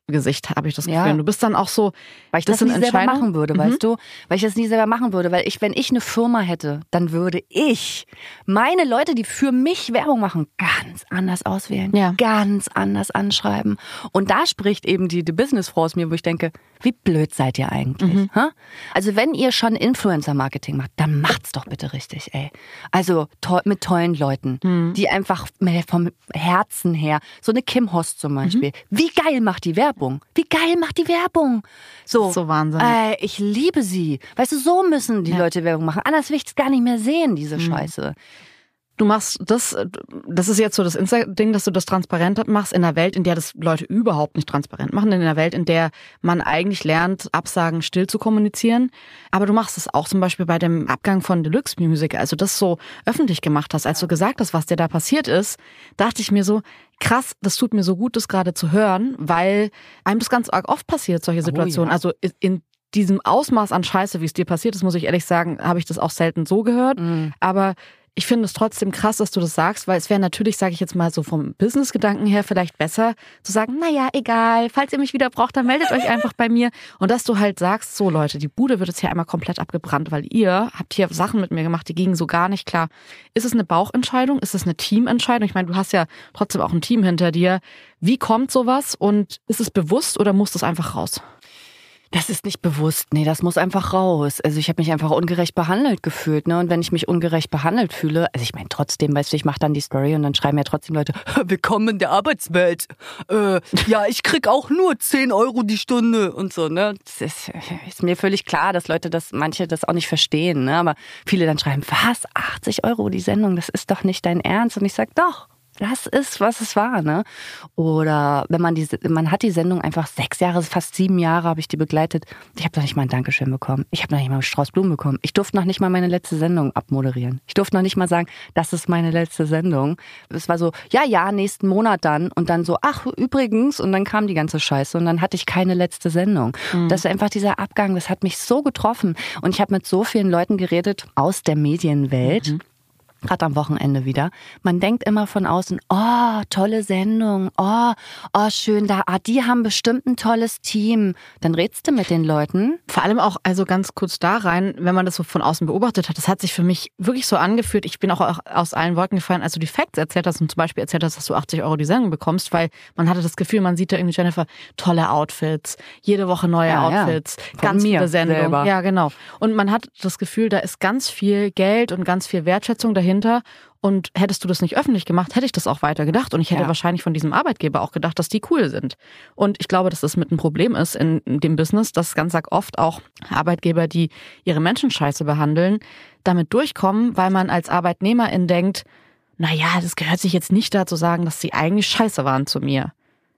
Gesicht, habe ich das Gefühl. Ja. Du bist dann auch so, weil ich das, das nie selber machen würde, mhm. weißt du? Weil ich das nie selber machen würde, weil ich, wenn ich eine Firma hätte, dann würde ich meine Leute, die für mich Werbung machen, ganz anders auswählen, ja. ganz anders anschreiben. Und da spricht eben die, die Businessfrau aus mir, wo ich denke, wie blöd seid ihr eigentlich? Mhm. Also wenn ihr schon Influencer-Marketing macht, dann macht's doch bitte richtig, ey. Also to- mit tollen Leuten, mhm. die einfach vom Herzen her, so eine Kim Host zum Beispiel, mhm. wie geil macht die Werbung? Wie geil macht die Werbung? So, so Wahnsinn. Äh, ich liebe sie. Weißt du, so müssen die ja. Leute Werbung machen. Anders will ich es gar nicht mehr sehen, diese mhm. Scheiße. Du machst das, das ist jetzt so das Insta-Ding, dass du das transparent machst in einer Welt, in der das Leute überhaupt nicht transparent machen, in einer Welt, in der man eigentlich lernt, Absagen still zu kommunizieren. Aber du machst es auch zum Beispiel bei dem Abgang von Deluxe Music, also das so öffentlich gemacht hast, als du gesagt hast, was dir da passiert ist, dachte ich mir so, krass, das tut mir so gut, das gerade zu hören, weil einem das ganz arg oft passiert, solche Situationen. Oh, ja. Also in diesem Ausmaß an Scheiße, wie es dir passiert ist, muss ich ehrlich sagen, habe ich das auch selten so gehört. Mhm. Aber ich finde es trotzdem krass, dass du das sagst, weil es wäre natürlich, sage ich jetzt mal so vom Business-Gedanken her, vielleicht besser zu sagen, naja, egal, falls ihr mich wieder braucht, dann meldet euch einfach bei mir. Und dass du halt sagst, so Leute, die Bude wird jetzt hier einmal komplett abgebrannt, weil ihr habt hier Sachen mit mir gemacht, die gingen so gar nicht klar. Ist es eine Bauchentscheidung? Ist es eine Teamentscheidung? Ich meine, du hast ja trotzdem auch ein Team hinter dir. Wie kommt sowas und ist es bewusst oder muss das einfach raus? Das ist nicht bewusst, nee, das muss einfach raus. Also ich habe mich einfach ungerecht behandelt gefühlt, ne? Und wenn ich mich ungerecht behandelt fühle, also ich meine trotzdem, weißt du, ich mache dann die Story und dann schreiben ja trotzdem Leute, willkommen in der Arbeitswelt. Äh, ja, ich krieg auch nur zehn Euro die Stunde und so, ne? Das ist, ist mir völlig klar, dass Leute das, manche das auch nicht verstehen, ne? Aber viele dann schreiben, was, achtzig Euro die Sendung, das ist doch nicht dein Ernst. Und ich sag, doch. Das ist, was es war, ne? Oder wenn man die, man hat die Sendung einfach sechs Jahre, fast sieben Jahre habe ich die begleitet. Ich habe noch nicht mal ein Dankeschön bekommen. Ich habe noch nicht mal einen Strauß Blumen bekommen. Ich durfte noch nicht mal meine letzte Sendung abmoderieren. Ich durfte noch nicht mal sagen, das ist meine letzte Sendung. Es war so, ja, ja, nächsten Monat dann. Und dann so, ach, übrigens. Und dann kam die ganze Scheiße. Und dann hatte ich keine letzte Sendung. Mhm. Das ist einfach dieser Abgang, das hat mich so getroffen. Und ich habe mit so vielen Leuten geredet aus der Medienwelt. Mhm. Gerade am Wochenende wieder. Man denkt immer von außen, oh, tolle Sendung, oh, oh, schön, da, ah, die haben bestimmt ein tolles Team. Dann redst du mit den Leuten. Vor allem auch, also ganz kurz da rein, wenn man das so von außen beobachtet hat, das hat sich für mich wirklich so angefühlt, ich bin auch aus allen Wolken gefallen, als du die Facts erzählt hast und zum Beispiel erzählt hast, dass du achtzig Euro die Sendung bekommst, weil man hatte das Gefühl, man sieht da irgendwie, Jennifer, tolle Outfits, jede Woche neue ja, Outfits, ja. ganz viele Sendungen. Ja, genau. Und man hat das Gefühl, da ist ganz viel Geld und ganz viel Wertschätzung dahinter. Und hättest du das nicht öffentlich gemacht, hätte ich das auch weiter gedacht. Und ich hätte ja. wahrscheinlich von diesem Arbeitgeber auch gedacht, dass die cool sind. Und ich glaube, dass das mit ein Problem ist in dem Business, dass ganz oft auch Arbeitgeber, die ihre Menschen scheiße behandeln, damit durchkommen, weil man als Arbeitnehmerin denkt, naja, das gehört sich jetzt nicht dazu sagen, dass sie eigentlich scheiße waren zu mir.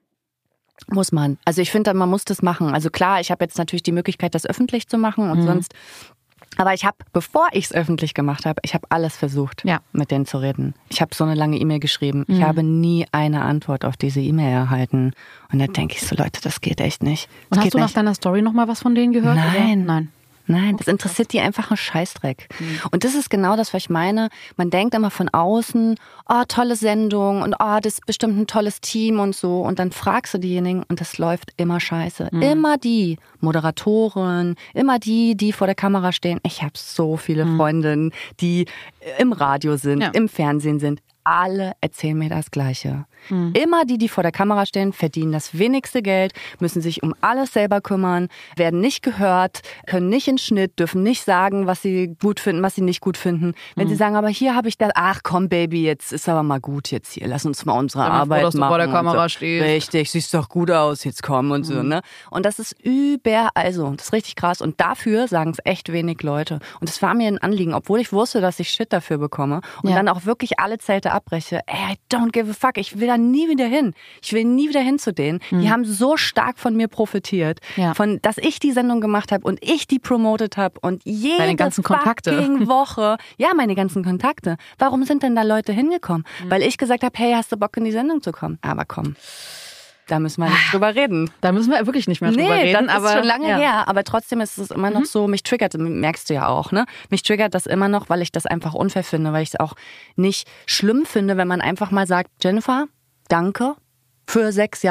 Muss man. Also ich finde, man muss das machen. Also klar, ich habe jetzt natürlich die Möglichkeit, das öffentlich zu machen und mhm. sonst... Aber ich habe, bevor ich es öffentlich gemacht habe, ich habe alles versucht, ja. mit denen zu reden. Ich habe so eine lange E-Mail geschrieben. Mhm. Ich habe nie eine Antwort auf diese E-Mail erhalten. Und da denke ich so, Leute, das geht echt nicht. Das Und hast geht du nicht. nach deiner Story nochmal was von denen gehört? Nein. Oder? Nein. Nein, das interessiert die einfach einen Scheißdreck. Mhm. Und das ist genau das, was ich meine. Man denkt immer von außen, oh, tolle Sendung und oh, das ist bestimmt ein tolles Team und so. Und dann fragst du diejenigen und das läuft immer scheiße. Mhm. Immer die Moderatoren, immer die, die vor der Kamera stehen. Ich habe so viele mhm. Freundinnen, die im Radio sind, ja. im Fernsehen sind. Alle erzählen mir das Gleiche. Mhm. Immer die, die vor der Kamera stehen, verdienen das wenigste Geld, müssen sich um alles selber kümmern, werden nicht gehört, können nicht in Schnitt, dürfen nicht sagen, was sie gut finden, was sie nicht gut finden. Wenn mhm. sie sagen, aber hier habe ich das, ach komm Baby, jetzt ist aber mal gut jetzt hier, lass uns mal unsere Arbeit froh, dass machen. Du vor der Kamera so. stehst. Richtig, siehst doch gut aus, jetzt komm und mhm. so. Ne? Und das ist überall so, das ist richtig krass. Und dafür sagen es echt wenig Leute. Und es war mir ein Anliegen, obwohl ich wusste, dass ich Shit dafür bekomme und ja. dann auch wirklich alle Zelte abbreche. Ey, I don't give a fuck, ich will da nie wieder hin. Ich will nie wieder hin zu denen. Mhm. Die haben so stark von mir profitiert, ja. von, dass ich die Sendung gemacht habe und ich die promotet habe und jede Deine ganzen Kontakte. fucking Woche, ja, meine ganzen Kontakte. Warum sind denn da Leute hingekommen? Mhm. Weil ich gesagt habe, hey, hast du Bock in die Sendung zu kommen? Aber komm. Da müssen wir nicht drüber reden. Da müssen wir wirklich nicht mehr drüber nee, reden. Das aber ist schon lange ja. her, aber trotzdem ist es immer noch mhm. so, mich triggert, merkst du ja auch, ne? Mich triggert das immer noch, weil ich das einfach unfair finde, weil ich es auch nicht schlimm finde, wenn man einfach mal sagt, Jennifer, danke für sechs Jahre.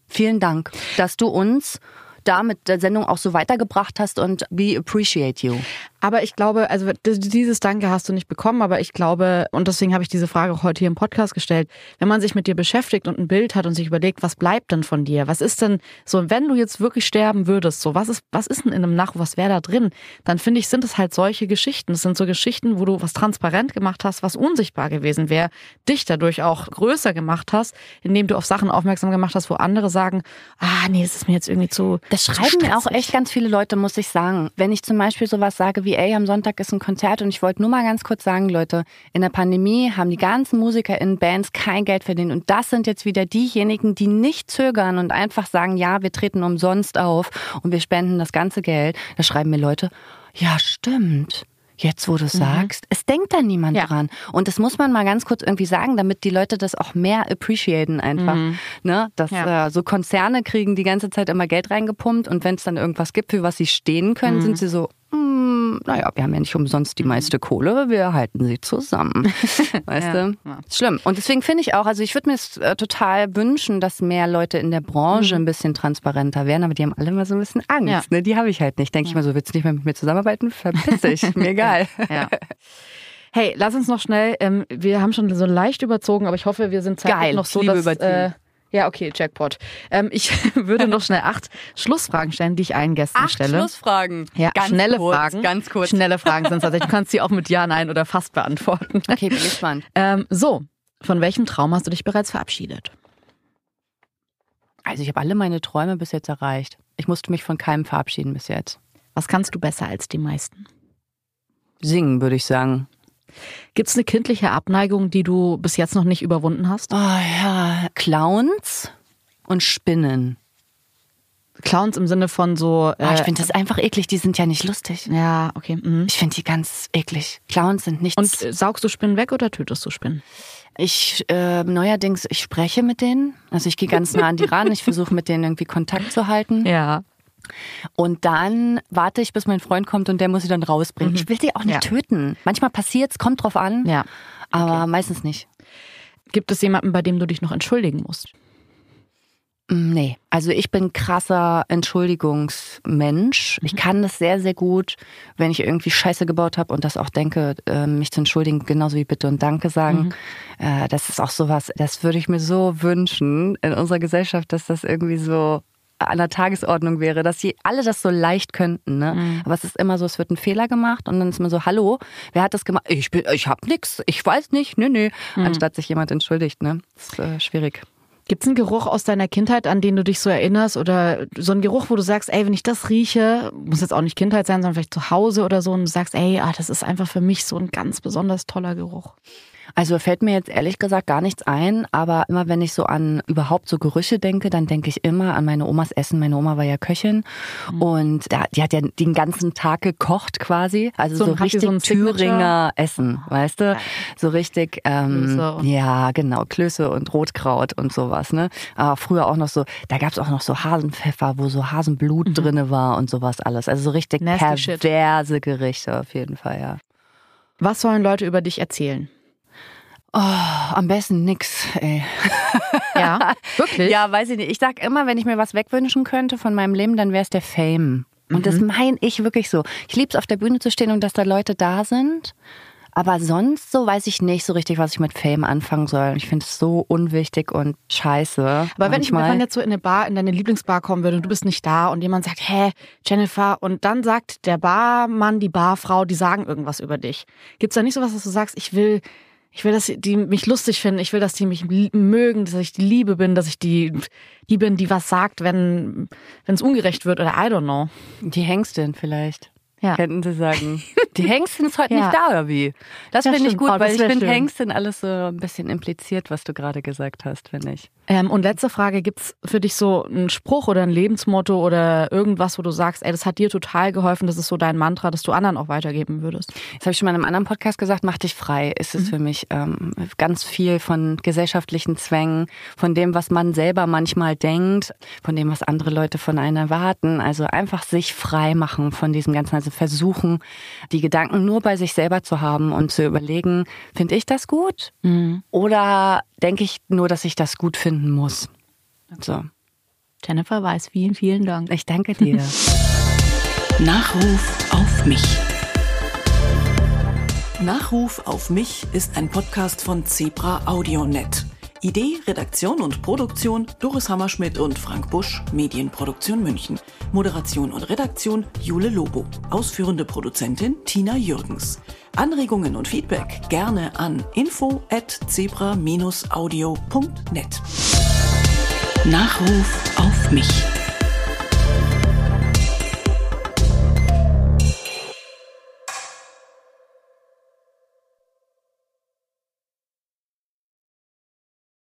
Vielen Dank, dass du uns da mit der Sendung auch so weitergebracht hast und we appreciate you. Aber ich glaube, also dieses Danke hast du nicht bekommen, aber ich glaube, und deswegen habe ich diese Frage auch heute hier im Podcast gestellt, wenn man sich mit dir beschäftigt und ein Bild hat und sich überlegt, was bleibt denn von dir? Was ist denn so, wenn du jetzt wirklich sterben würdest, so was ist, was ist denn in einem Nachruf, was wäre da drin? Dann finde ich, sind es halt solche Geschichten. Es sind so Geschichten, wo du was transparent gemacht hast, was unsichtbar gewesen wäre, dich dadurch auch größer gemacht hast, indem du auf Sachen aufmerksam gemacht hast, wo andere sagen, ah nee, das ist mir jetzt irgendwie zu Das schreiben mir auch echt ganz viele Leute, muss ich sagen. Wenn ich zum Beispiel sowas sage wie, ey, am Sonntag ist ein Konzert und ich wollte nur mal ganz kurz sagen, Leute, in der Pandemie haben die ganzen Musiker in Bands kein Geld verdient und das sind jetzt wieder diejenigen, die nicht zögern und einfach sagen, ja, wir treten umsonst auf und wir spenden das ganze Geld. Da schreiben mir Leute, ja, stimmt. Jetzt, wo du es mhm. sagst, es denkt da niemand ja. dran. Und das muss man mal ganz kurz irgendwie sagen, damit die Leute das auch mehr appreciaten einfach. Mhm. Ne? Dass ja. äh, so Konzerne kriegen die ganze Zeit immer Geld reingepumpt und wenn es dann irgendwas gibt, für was sie stehen können, mhm. sind sie so, hm, naja, wir haben ja nicht umsonst die meiste Kohle, wir halten sie zusammen. Weißt ja. du? Ja. Schlimm. Und deswegen finde ich auch, also ich würde mir es äh, total wünschen, dass mehr Leute in der Branche mhm. ein bisschen transparenter werden, aber die haben alle immer so ein bisschen Angst. Ja. Ne? Die habe ich halt nicht. Denke ja. ich mal so, willst du nicht mehr mit mir zusammenarbeiten? Verpiss dich, mir egal. Ja. Hey, lass uns noch schnell, ähm, wir haben schon so leicht überzogen, aber ich hoffe, wir sind zeitlich Geil, noch so, Liebe dass... Äh, ja, okay, Jackpot. Ähm, ich würde noch schnell acht Schlussfragen stellen, die ich allen Gästen acht stelle. Schlussfragen? Ja, ganz schnelle kurz, Fragen. Ganz kurz. Schnelle Fragen sind tatsächlich. Du kannst sie auch mit Ja, Nein oder Fast beantworten. Okay, bin gespannt. Ähm, so, von welchem Traum hast du dich bereits verabschiedet? Also ich habe alle meine Träume bis jetzt erreicht. Ich musste mich von keinem verabschieden bis jetzt. Was kannst du besser als die meisten? Singen, würde ich sagen. Gibt es eine kindliche Abneigung, die du bis jetzt noch nicht überwunden hast? Oh ja, Clowns und Spinnen. Clowns im Sinne von so... Äh, oh, ich finde das einfach eklig, die sind ja nicht lustig. Ja, okay. Mhm. Ich finde die ganz eklig. Clowns sind nichts. Und äh, saugst du Spinnen weg oder tötest du Spinnen? Ich äh, neuerdings, ich spreche mit denen. Also ich gehe ganz nah an die ran. Ich versuche mit denen irgendwie Kontakt zu halten. Ja. Und dann warte ich, bis mein Freund kommt und der muss sie dann rausbringen. Mhm. Ich will sie auch nicht ja. töten. Manchmal passiert's, kommt drauf an, ja. aber okay. meistens nicht. Gibt es jemanden, bei dem du dich noch entschuldigen musst? Nee, also ich bin krasser Entschuldigungsmensch. Ich kann das sehr, sehr gut, wenn ich irgendwie Scheiße gebaut habe und das auch denke, mich zu entschuldigen, genauso wie Bitte und Danke sagen. Mhm. Das ist auch sowas, das würde ich mir so wünschen in unserer Gesellschaft, dass das irgendwie so an der Tagesordnung wäre, dass sie alle das so leicht könnten. Ne? Mhm. Aber es ist immer so, es wird ein Fehler gemacht und dann ist man so, hallo, wer hat das gemacht? Ich bin, ich hab nix, ich weiß nicht, nö, nö. Mhm. Anstatt sich jemand entschuldigt, ne? Das ist äh, schwierig. Gibt es einen Geruch aus deiner Kindheit, an den du dich so erinnerst? Oder so einen Geruch, wo du sagst, ey, wenn ich das rieche, muss jetzt auch nicht Kindheit sein, sondern vielleicht zu Hause oder so, und du sagst, ey, ah, das ist einfach für mich so ein ganz besonders toller Geruch. Also fällt mir jetzt ehrlich gesagt gar nichts ein, aber immer wenn ich so an überhaupt so Gerüche denke, dann denke ich immer an meine Omas Essen. Meine Oma war ja Köchin mhm. und da, die hat ja den ganzen Tag gekocht quasi. Also so, so richtig so Thüringer Essen, weißt du? So richtig, ähm, ja genau, Klöße und Rotkraut und sowas. Ne? Aber früher auch noch so, da gab es auch noch so Hasenpfeffer, wo so Hasenblut mhm. drinne war und sowas alles. Also so richtig Nasty perverse shit. Gerichte auf jeden Fall, ja. Was sollen Leute über dich erzählen? Oh, am besten nix, ey. Ja, wirklich? Ja, weiß ich nicht. Ich sag immer, wenn ich mir was wegwünschen könnte von meinem Leben, dann wäre es der Fame. Und mhm. das meine ich wirklich so. Ich liebe es, auf der Bühne zu stehen und dass da Leute da sind. Aber sonst so weiß ich nicht so richtig, was ich mit Fame anfangen soll. Ich finde es so unwichtig und scheiße. Aber wenn ich wenn man jetzt so in eine Bar, in deine Lieblingsbar kommen würde und du bist nicht da und jemand sagt, hä, Jennifer, und dann sagt der Barmann, die Barfrau, die sagen irgendwas über dich. Gibt's da nicht sowas, dass du sagst, ich will... Ich will, dass die mich lustig finden. Ich will, dass die mich mögen, dass ich die Liebe bin, dass ich die, die bin, die was sagt, wenn wenn es ungerecht wird oder I don't know. Die Hengstin vielleicht. Ja. Könnten Sie sagen. Die Hengstin ist heute ja. nicht da, oder wie? Das ja, finde ich gut, oh, weil ich finde Hengstin alles so ein bisschen impliziert, was du gerade gesagt hast, finde ich. Ähm, und letzte Frage, gibt's für dich so einen Spruch oder ein Lebensmotto oder irgendwas, wo du sagst, ey, das hat dir total geholfen, das ist so dein Mantra, das du anderen auch weitergeben würdest? Das habe ich schon mal in einem anderen Podcast gesagt, mach dich frei. Ist es mhm. für mich ähm, ganz viel von gesellschaftlichen Zwängen, von dem, was man selber manchmal denkt, von dem, was andere Leute von einem erwarten. Also einfach sich frei machen von diesem ganzen, also versuchen, die Gedanken nur bei sich selber zu haben und zu überlegen, finde ich das gut? Mhm. Oder denke ich nur, dass ich das gut finden muss? So. Jennifer Weiß, vielen, vielen Dank. Ich danke dir. Nachruf auf mich. Nachruf auf mich ist ein Podcast von Zebra AudioNet. Idee, Redaktion und Produktion Doris Hammerschmidt und Frank Busch, Medienproduktion München. Moderation und Redaktion Jule Lobo. Ausführende Produzentin Tina Jürgens. Anregungen und Feedback gerne an info at zebra dash audio punkt net. Nachruf auf mich.